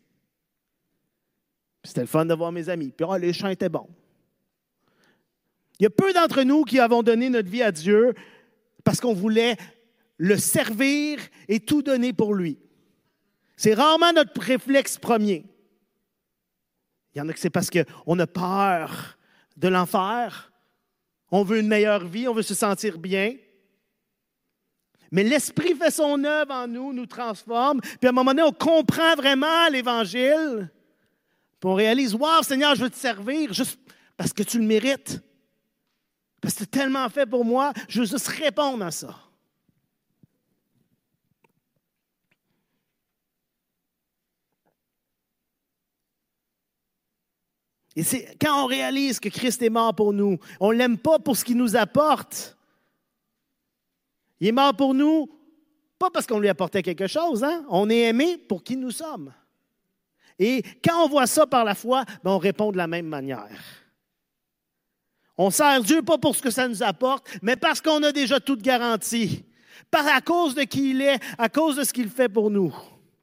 C'était le fun de voir mes amis. Puis, les chants étaient bons. Il y a peu d'entre nous qui avons donné notre vie à Dieu parce qu'on voulait le servir et tout donner pour lui. C'est rarement notre réflexe premier. Il y en a que c'est parce qu'on a peur de l'enfer. On veut une meilleure vie, on veut se sentir bien. Mais l'Esprit fait son œuvre en nous, nous transforme. Puis à un moment donné, on comprend vraiment l'Évangile. Puis on réalise, « Wow, Seigneur, je veux te servir juste parce que tu le mérites. Parce que tu es tellement fait pour moi, je veux juste répondre à ça. » Et c'est quand on réalise que Christ est mort pour nous, on ne l'aime pas pour ce qu'il nous apporte. Il est mort pour nous, pas parce qu'on lui apportait quelque chose, hein? On est aimé pour qui nous sommes. Et quand on voit ça par la foi, on répond de la même manière. On sert Dieu pas pour ce que ça nous apporte, mais parce qu'on a déjà toute garantie. À cause de qui il est, à cause de ce qu'il fait pour nous.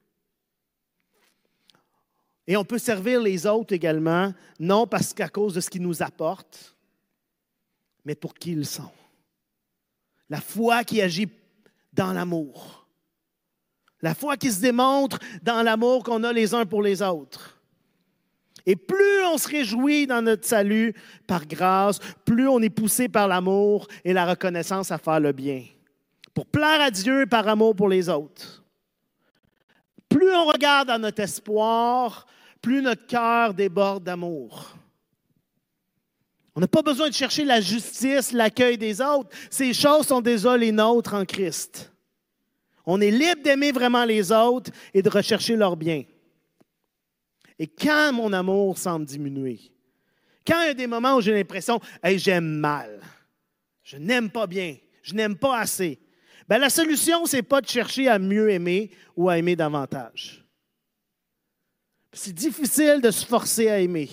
Et on peut servir les autres également, non parce qu'à cause de ce qu'ils nous apportent, mais pour qui ils sont. La foi qui agit dans l'amour. La foi qui se démontre dans l'amour qu'on a les uns pour les autres. Et plus on se réjouit dans notre salut par grâce, plus on est poussé par l'amour et la reconnaissance à faire le bien. Pour plaire à Dieu par amour pour les autres. Plus on regarde à notre espoir, plus notre cœur déborde d'amour. On n'a pas besoin de chercher la justice, l'accueil des autres. Ces choses sont déjà les nôtres en Christ. On est libre d'aimer vraiment les autres et de rechercher leur bien. Et quand mon amour semble diminuer, quand il y a des moments où j'ai l'impression « Hey, j'aime mal, je n'aime pas bien, je n'aime pas assez », la solution, ce n'est pas de chercher à mieux aimer ou à aimer davantage. C'est difficile de se forcer à aimer.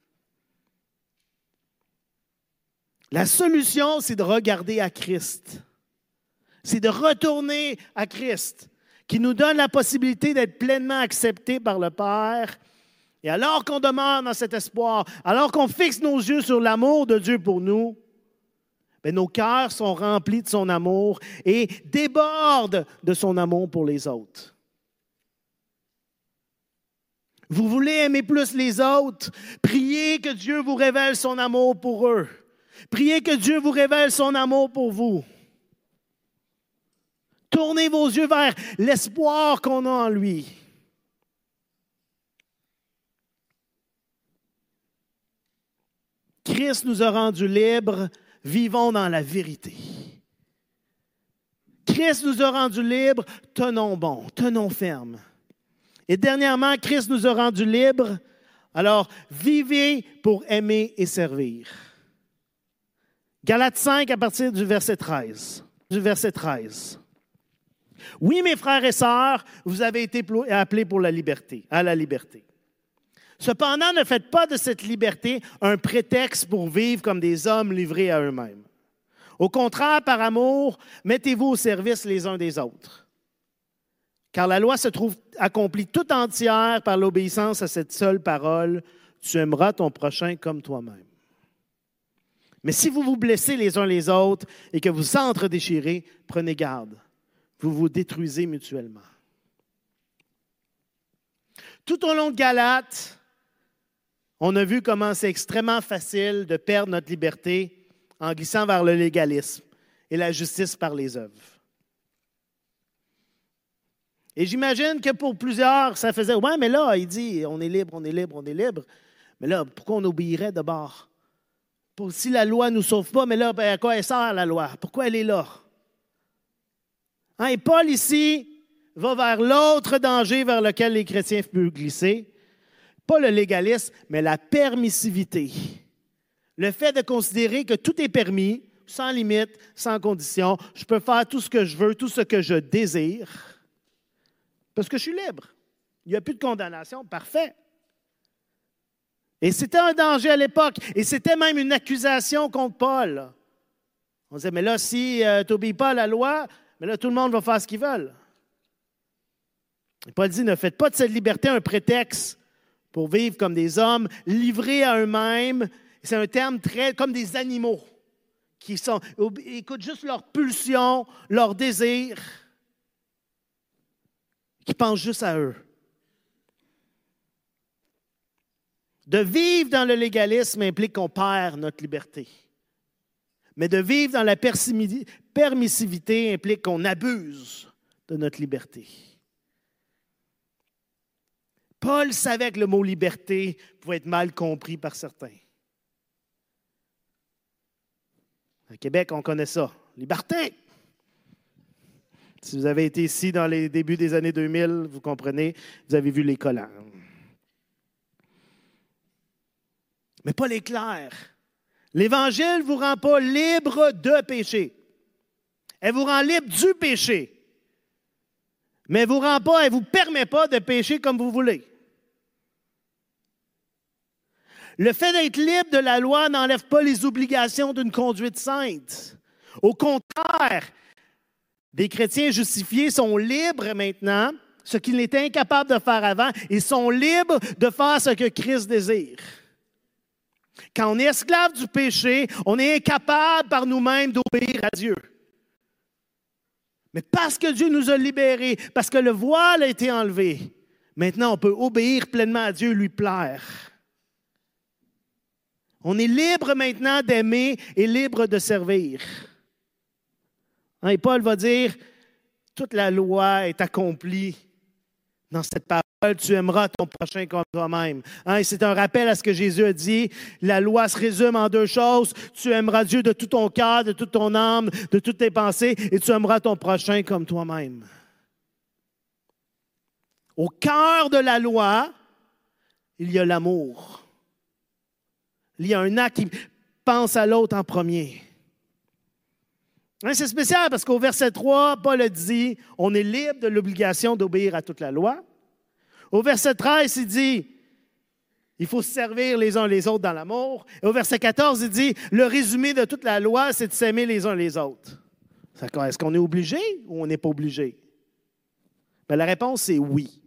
La solution, c'est de regarder à Christ. C'est de retourner à Christ, qui nous donne la possibilité d'être pleinement acceptés par le Père. Et alors qu'on demeure dans cet espoir, alors qu'on fixe nos yeux sur l'amour de Dieu pour nous, nos cœurs sont remplis de son amour et débordent de son amour pour les autres. Vous voulez aimer plus les autres? Priez que Dieu vous révèle son amour pour eux. Priez que Dieu vous révèle son amour pour vous. Tournez vos yeux vers l'espoir qu'on a en lui. Christ nous a rendus libres, vivons dans la vérité. Christ nous a rendus libres, tenons bon, tenons ferme. Et dernièrement, Christ nous a rendus libres, alors vivez pour aimer et servir. Galates 5 à partir du verset 13. Oui, mes frères et sœurs, vous avez été appelés pour la liberté, à la liberté. Cependant, ne faites pas de cette liberté un prétexte pour vivre comme des hommes livrés à eux-mêmes. Au contraire, par amour, mettez-vous au service les uns des autres. Car la loi se trouve accomplie tout entière par l'obéissance à cette seule parole, tu aimeras ton prochain comme toi-même. Mais si vous vous blessez les uns les autres et que vous s'entre-déchirez, prenez garde. Vous vous détruisez mutuellement. Tout au long de Galates, on a vu comment c'est extrêmement facile de perdre notre liberté en glissant vers le légalisme et la justice par les œuvres. Et j'imagine que pour plusieurs, ça faisait « Ouais, mais là, il dit, on est libre, on est libre, on est libre. Mais là, pourquoi on obéirait d'abord? Si la loi ne nous sauve pas, mais là, à quoi elle sert la loi? Pourquoi elle est là? » Et Paul ici va vers l'autre danger vers lequel les chrétiens peuvent glisser. Pas le légalisme, mais la permissivité. Le fait de considérer que tout est permis, sans limite, sans condition. Je peux faire tout ce que je veux, tout ce que je désire, parce que je suis libre. Il n'y a plus de condamnation. Parfait. Et c'était un danger à l'époque. Et c'était même une accusation contre Paul. On disait, mais là, si tu n'obéis pas à la loi, mais là, tout le monde va faire ce qu'ils veulent. Et Paul dit, ne faites pas de cette liberté un prétexte pour vivre comme des hommes, livrés à eux-mêmes. C'est un terme très comme des animaux qui écoutent juste leurs pulsions, leurs désirs, qui pensent juste à eux. De vivre dans le légalisme implique qu'on perd notre liberté. Mais de vivre dans la permissivité implique qu'on abuse de notre liberté. Paul savait que le mot liberté pouvait être mal compris par certains. À Québec, on connaît ça. Liberté! Si vous avez été ici dans les débuts des années 2000, vous comprenez, vous avez vu les collants. Mais Paul est clair. L'Évangile ne vous rend pas libre de péché. Elle vous rend libre du péché. Mais elle ne vous permet pas de pécher comme vous voulez. Le fait d'être libre de la loi n'enlève pas les obligations d'une conduite sainte. Au contraire, des chrétiens justifiés sont libres maintenant, ce qu'ils n'étaient incapables de faire avant, et sont libres de faire ce que Christ désire. Quand on est esclave du péché, on est incapable par nous-mêmes d'obéir à Dieu. Mais parce que Dieu nous a libérés, parce que le voile a été enlevé, maintenant on peut obéir pleinement à Dieu et lui plaire. On est libre maintenant d'aimer et libre de servir. Et Paul va dire, toute la loi est accomplie dans cette parole. Tu aimeras ton prochain comme toi-même. Et c'est un rappel à ce que Jésus a dit. La loi se résume en deux choses. Tu aimeras Dieu de tout ton cœur, de toute ton âme, de toutes tes pensées, et tu aimeras ton prochain comme toi-même. Au cœur de la loi, il y a l'amour. Il y a un acte qui pense à l'autre en premier. C'est spécial parce qu'au verset 3, Paul a dit, on est libre de l'obligation d'obéir à toute la loi. Au verset 13, il dit, il faut se servir les uns les autres dans l'amour. Et au verset 14, il dit, le résumé de toute la loi, c'est de s'aimer les uns les autres. Est-ce qu'on est obligé ou on n'est pas obligé? Bien, la réponse, c'est oui.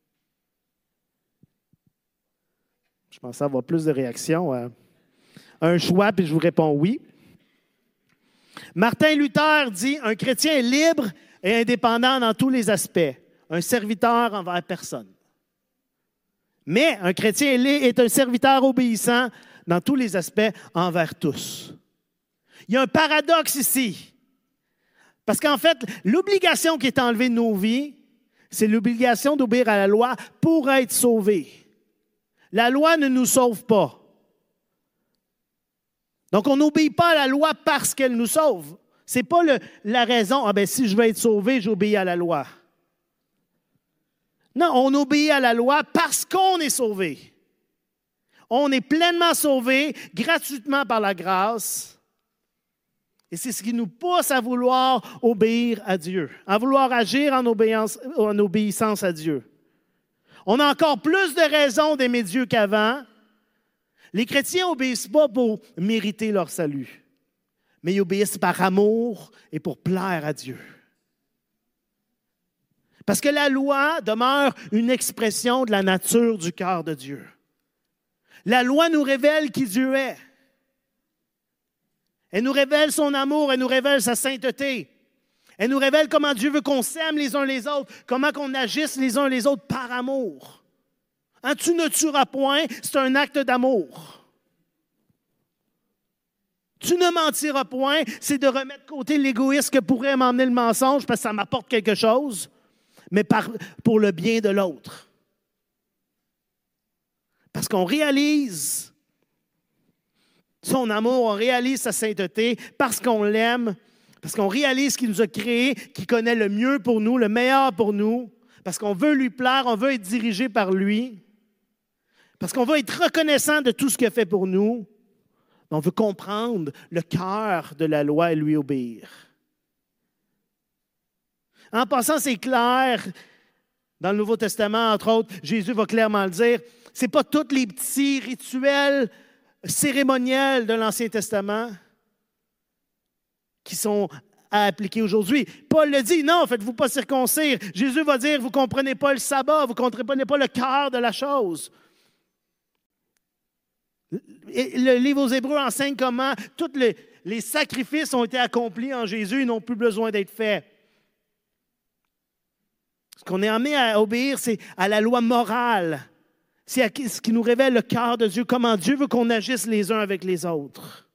Je pensais avoir plus de réactions. Un choix, puis je vous réponds oui. Martin Luther dit, un chrétien est libre et indépendant dans tous les aspects, un serviteur envers personne. Mais un chrétien est un serviteur obéissant dans tous les aspects envers tous. Il y a un paradoxe ici. Parce qu'en fait, l'obligation qui est enlevée de nos vies, c'est l'obligation d'obéir à la loi pour être sauvé. La loi ne nous sauve pas. Donc, on n'obéit pas à la loi parce qu'elle nous sauve. Ce n'est pas la raison, si je veux être sauvé, j'obéis à la loi. Non, on obéit à la loi parce qu'on est sauvé. On est pleinement sauvé gratuitement par la grâce. Et c'est ce qui nous pousse à vouloir obéir à Dieu, à vouloir agir en obéissance à Dieu. On a encore plus de raisons d'aimer Dieu qu'avant. Les chrétiens n'obéissent pas pour mériter leur salut, mais ils obéissent par amour et pour plaire à Dieu. Parce que la loi demeure une expression de la nature du cœur de Dieu. La loi nous révèle qui Dieu est. Elle nous révèle son amour, elle nous révèle sa sainteté. Elle nous révèle comment Dieu veut qu'on s'aime les uns les autres, comment qu'on agisse les uns les autres par amour. Tu ne tueras point, c'est un acte d'amour. Tu ne mentiras point, c'est de remettre de côté l'égoïsme que pourrait m'emmener le mensonge parce que ça m'apporte quelque chose, mais pour le bien de l'autre. Parce qu'on réalise son amour, on réalise sa sainteté, parce qu'on l'aime, parce qu'on réalise qu'il nous a créés, qu'il connaît le mieux pour nous, le meilleur pour nous, parce qu'on veut lui plaire, on veut être dirigé par lui, parce qu'on veut être reconnaissant de tout ce qu'il a fait pour nous. On veut comprendre le cœur de la loi et lui obéir. En passant, c'est clair, dans le Nouveau Testament, entre autres, Jésus va clairement le dire, c'est pas tous les petits rituels cérémoniels de l'Ancien Testament qui sont à appliquer aujourd'hui. Paul le dit, non, faites-vous pas circoncire. Jésus va dire, vous ne comprenez pas le sabbat, vous ne comprenez pas le cœur de la chose. Le livre aux Hébreux enseigne comment tous les sacrifices ont été accomplis en Jésus et n'ont plus besoin d'être faits. Ce qu'on est amené à obéir, c'est à la loi morale. C'est ce qui nous révèle le cœur de Dieu, comment Dieu veut qu'on agisse les uns avec les autres.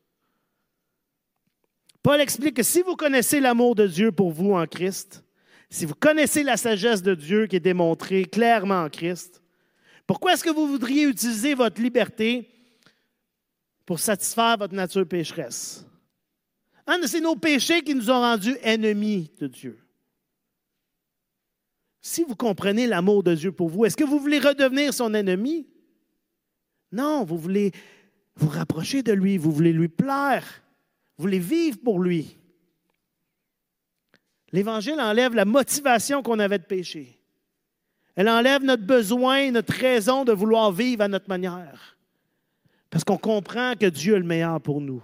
Paul explique que si vous connaissez l'amour de Dieu pour vous en Christ, si vous connaissez la sagesse de Dieu qui est démontrée clairement en Christ, pourquoi est-ce que vous voudriez utiliser votre liberté pour satisfaire votre nature pécheresse? C'est nos péchés qui nous ont rendus ennemis de Dieu. Si vous comprenez l'amour de Dieu pour vous, est-ce que vous voulez redevenir son ennemi? Non, vous voulez vous rapprocher de lui, vous voulez lui plaire, vous voulez vivre pour lui. L'Évangile enlève la motivation qu'on avait de pécher. Elle enlève notre besoin, notre raison de vouloir vivre à notre manière. Parce qu'on comprend que Dieu est le meilleur pour nous.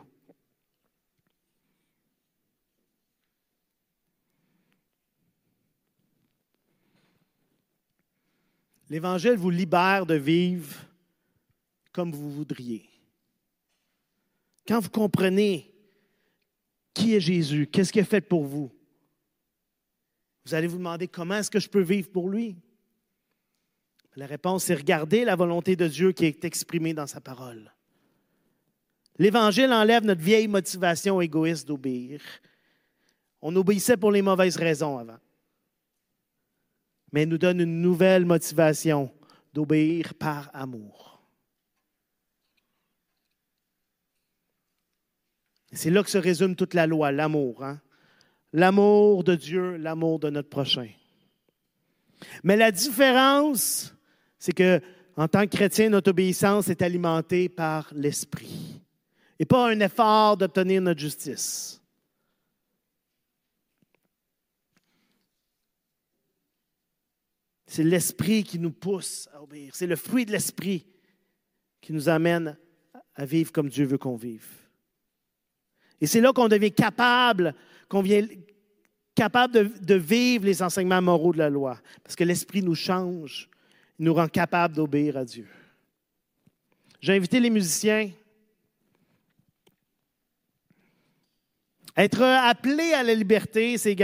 L'Évangile vous libère de vivre comme vous voudriez. Quand vous comprenez qui est Jésus, qu'est-ce qu'il a fait pour vous, vous allez vous demander comment est-ce que je peux vivre pour lui? La réponse, c'est regarder la volonté de Dieu qui est exprimée dans sa parole. L'Évangile enlève notre vieille motivation égoïste d'obéir. On obéissait pour les mauvaises raisons avant. Mais il nous donne une nouvelle motivation d'obéir par amour. Et c'est là que se résume toute la loi, l'amour. L'amour de Dieu, l'amour de notre prochain. Mais la différence, c'est que en tant que chrétien, notre obéissance est alimentée par l'Esprit et pas un effort d'obtenir notre justice. C'est l'Esprit qui nous pousse à obéir. C'est le fruit de l'Esprit qui nous amène à vivre comme Dieu veut qu'on vive. Et c'est là qu'on devient capable de vivre les enseignements moraux de la loi. Parce que l'Esprit nous change, il nous rend capables d'obéir à Dieu. J'ai invité les musiciens. Être appelé à la liberté, c'est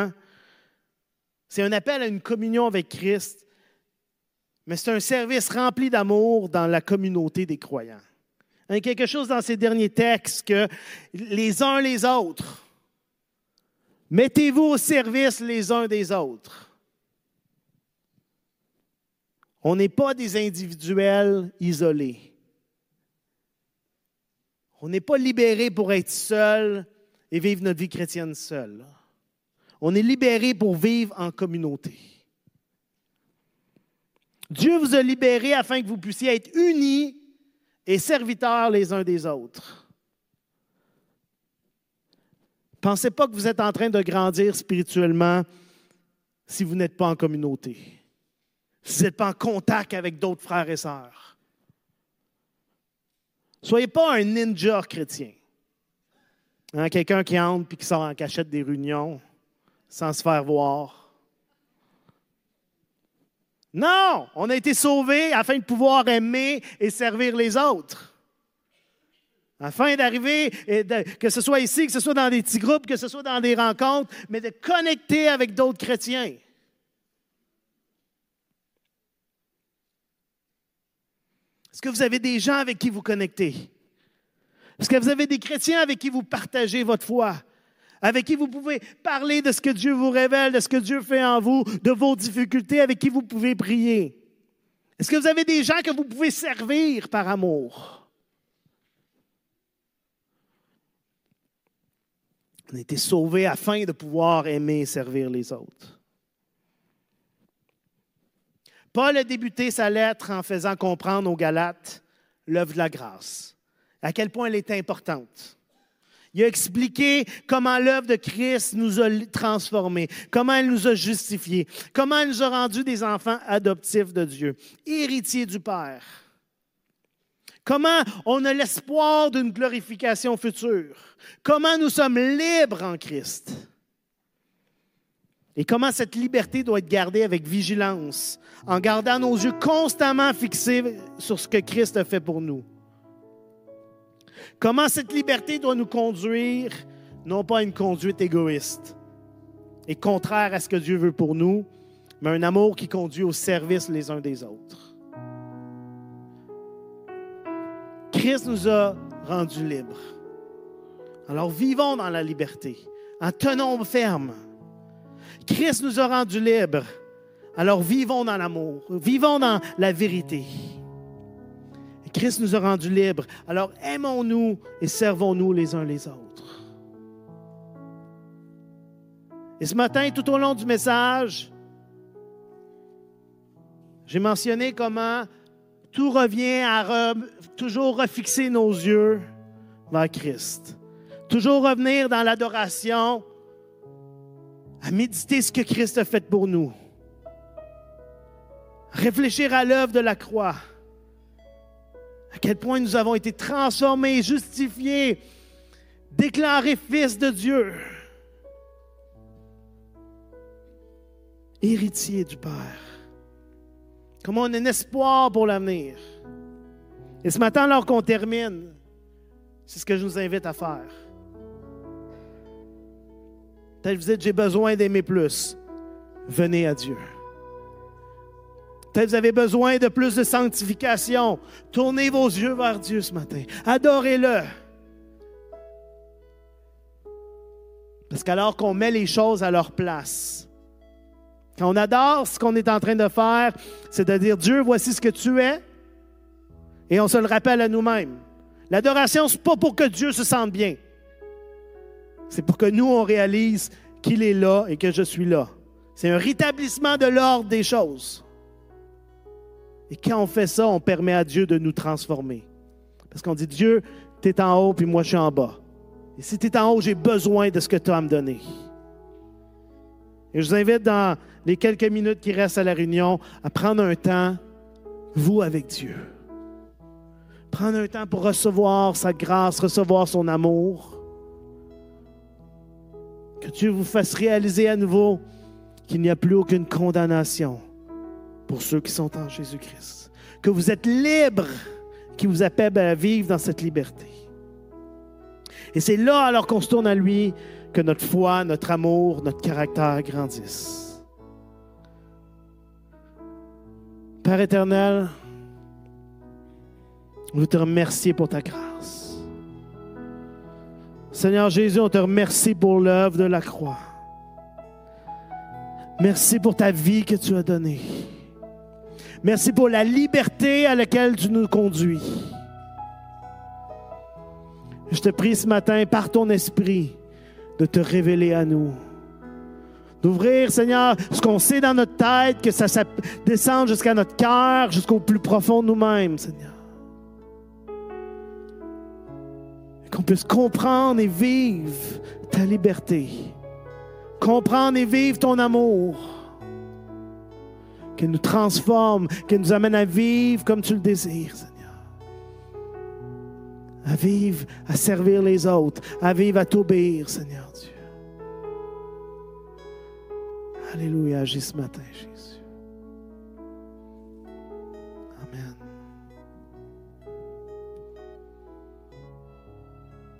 un appel à une communion avec Christ, mais c'est un service rempli d'amour dans la communauté des croyants. Il y a quelque chose dans ces derniers textes que les uns les autres, mettez-vous au service les uns des autres. On n'est pas des individuels isolés. On n'est pas libérés pour être seuls et vivre notre vie chrétienne seule. On est libérés pour vivre en communauté. Dieu vous a libérés afin que vous puissiez être unis et serviteurs les uns des autres. Pensez pas que vous êtes en train de grandir spirituellement si vous n'êtes pas en communauté, si vous n'êtes pas en contact avec d'autres frères et sœurs. Soyez pas un ninja chrétien. Quelqu'un qui entre et qui sort en cachette des réunions sans se faire voir. Non! On a été sauvés afin de pouvoir aimer et servir les autres. Afin d'arriver, que ce soit ici, que ce soit dans des petits groupes, que ce soit dans des rencontres, mais de connecter avec d'autres chrétiens. Est-ce que vous avez des gens avec qui vous connectez? Est-ce que vous avez des chrétiens avec qui vous partagez votre foi? Avec qui vous pouvez parler de ce que Dieu vous révèle, de ce que Dieu fait en vous, de vos difficultés, avec qui vous pouvez prier? Est-ce que vous avez des gens que vous pouvez servir par amour? On a été sauvés afin de pouvoir aimer et servir les autres. Paul a débuté sa lettre en faisant comprendre aux Galates l'œuvre de la grâce, à quel point elle est importante. Il a expliqué comment l'œuvre de Christ nous a transformés, comment elle nous a justifiés, comment elle nous a rendus des enfants adoptifs de Dieu, héritiers du Père. Comment on a l'espoir d'une glorification future. Comment nous sommes libres en Christ. Et comment cette liberté doit être gardée avec vigilance, en gardant nos yeux constamment fixés sur ce que Christ a fait pour nous. Comment cette liberté doit nous conduire, non pas à une conduite égoïste et contraire à ce que Dieu veut pour nous, mais un amour qui conduit au service les uns des autres. Christ nous a rendus libres. Alors vivons dans la liberté, en tenons ferme. Christ nous a rendus libres. Alors vivons dans l'amour, vivons dans la vérité. Christ nous a rendus libres. Alors aimons-nous et servons-nous les uns les autres. Et ce matin, tout au long du message, j'ai mentionné comment tout revient à toujours refixer nos yeux vers Christ. Toujours revenir dans l'adoration, à méditer ce que Christ a fait pour nous. Réfléchir à l'œuvre de la croix. À quel point nous avons été transformés, justifiés, déclarés fils de Dieu. Héritiers du Père. Comment on a un espoir pour l'avenir. Et ce matin, alors qu'on termine, c'est ce que je vous invite à faire. Peut-être que vous dites, j'ai besoin d'aimer plus. Venez à Dieu. Peut-être que vous avez besoin de plus de sanctification. Tournez vos yeux vers Dieu ce matin. Adorez-le. Parce qu'alors qu'on met les choses à leur place, quand on adore ce qu'on est en train de faire, c'est de dire, Dieu, voici ce que tu es. Et on se le rappelle à nous-mêmes. L'adoration, ce n'est pas pour que Dieu se sente bien. C'est pour que nous, on réalise qu'il est là et que je suis là. C'est un rétablissement de l'ordre des choses. Et quand on fait ça, on permet à Dieu de nous transformer. Parce qu'on dit, Dieu, tu es en haut, puis moi, je suis en bas. Et si tu es en haut, j'ai besoin de ce que tu as à me donner. Et je vous invite, dans les quelques minutes qui restent à la réunion, à prendre un temps, vous, avec Dieu. Prendre un temps pour recevoir sa grâce, recevoir son amour. Que Dieu vous fasse réaliser à nouveau qu'il n'y a plus aucune condamnation pour ceux qui sont en Jésus-Christ. Que vous êtes libres, qui vous appelle à vivre dans cette liberté. Et c'est là, alors qu'on se tourne à lui, que notre foi, notre amour, notre caractère grandissent. Père éternel, nous te remercions pour ta grâce. Seigneur Jésus, on te remercie pour l'œuvre de la croix. Merci pour ta vie que tu as donnée. Merci pour la liberté à laquelle tu nous conduis. Je te prie ce matin, par ton esprit, de te révéler à nous. D'ouvrir, Seigneur, ce qu'on sait dans notre tête, que ça descende jusqu'à notre cœur, jusqu'au plus profond de nous-mêmes, Seigneur. Et qu'on puisse comprendre et vivre ta liberté. Comprendre et vivre ton amour. Qu'elle nous transforme, qu'elle nous amène à vivre comme tu le désires, Seigneur. À vivre, à servir les autres, à vivre, à t'obéir, Seigneur Dieu. Alléluia, agis ce matin, Jésus.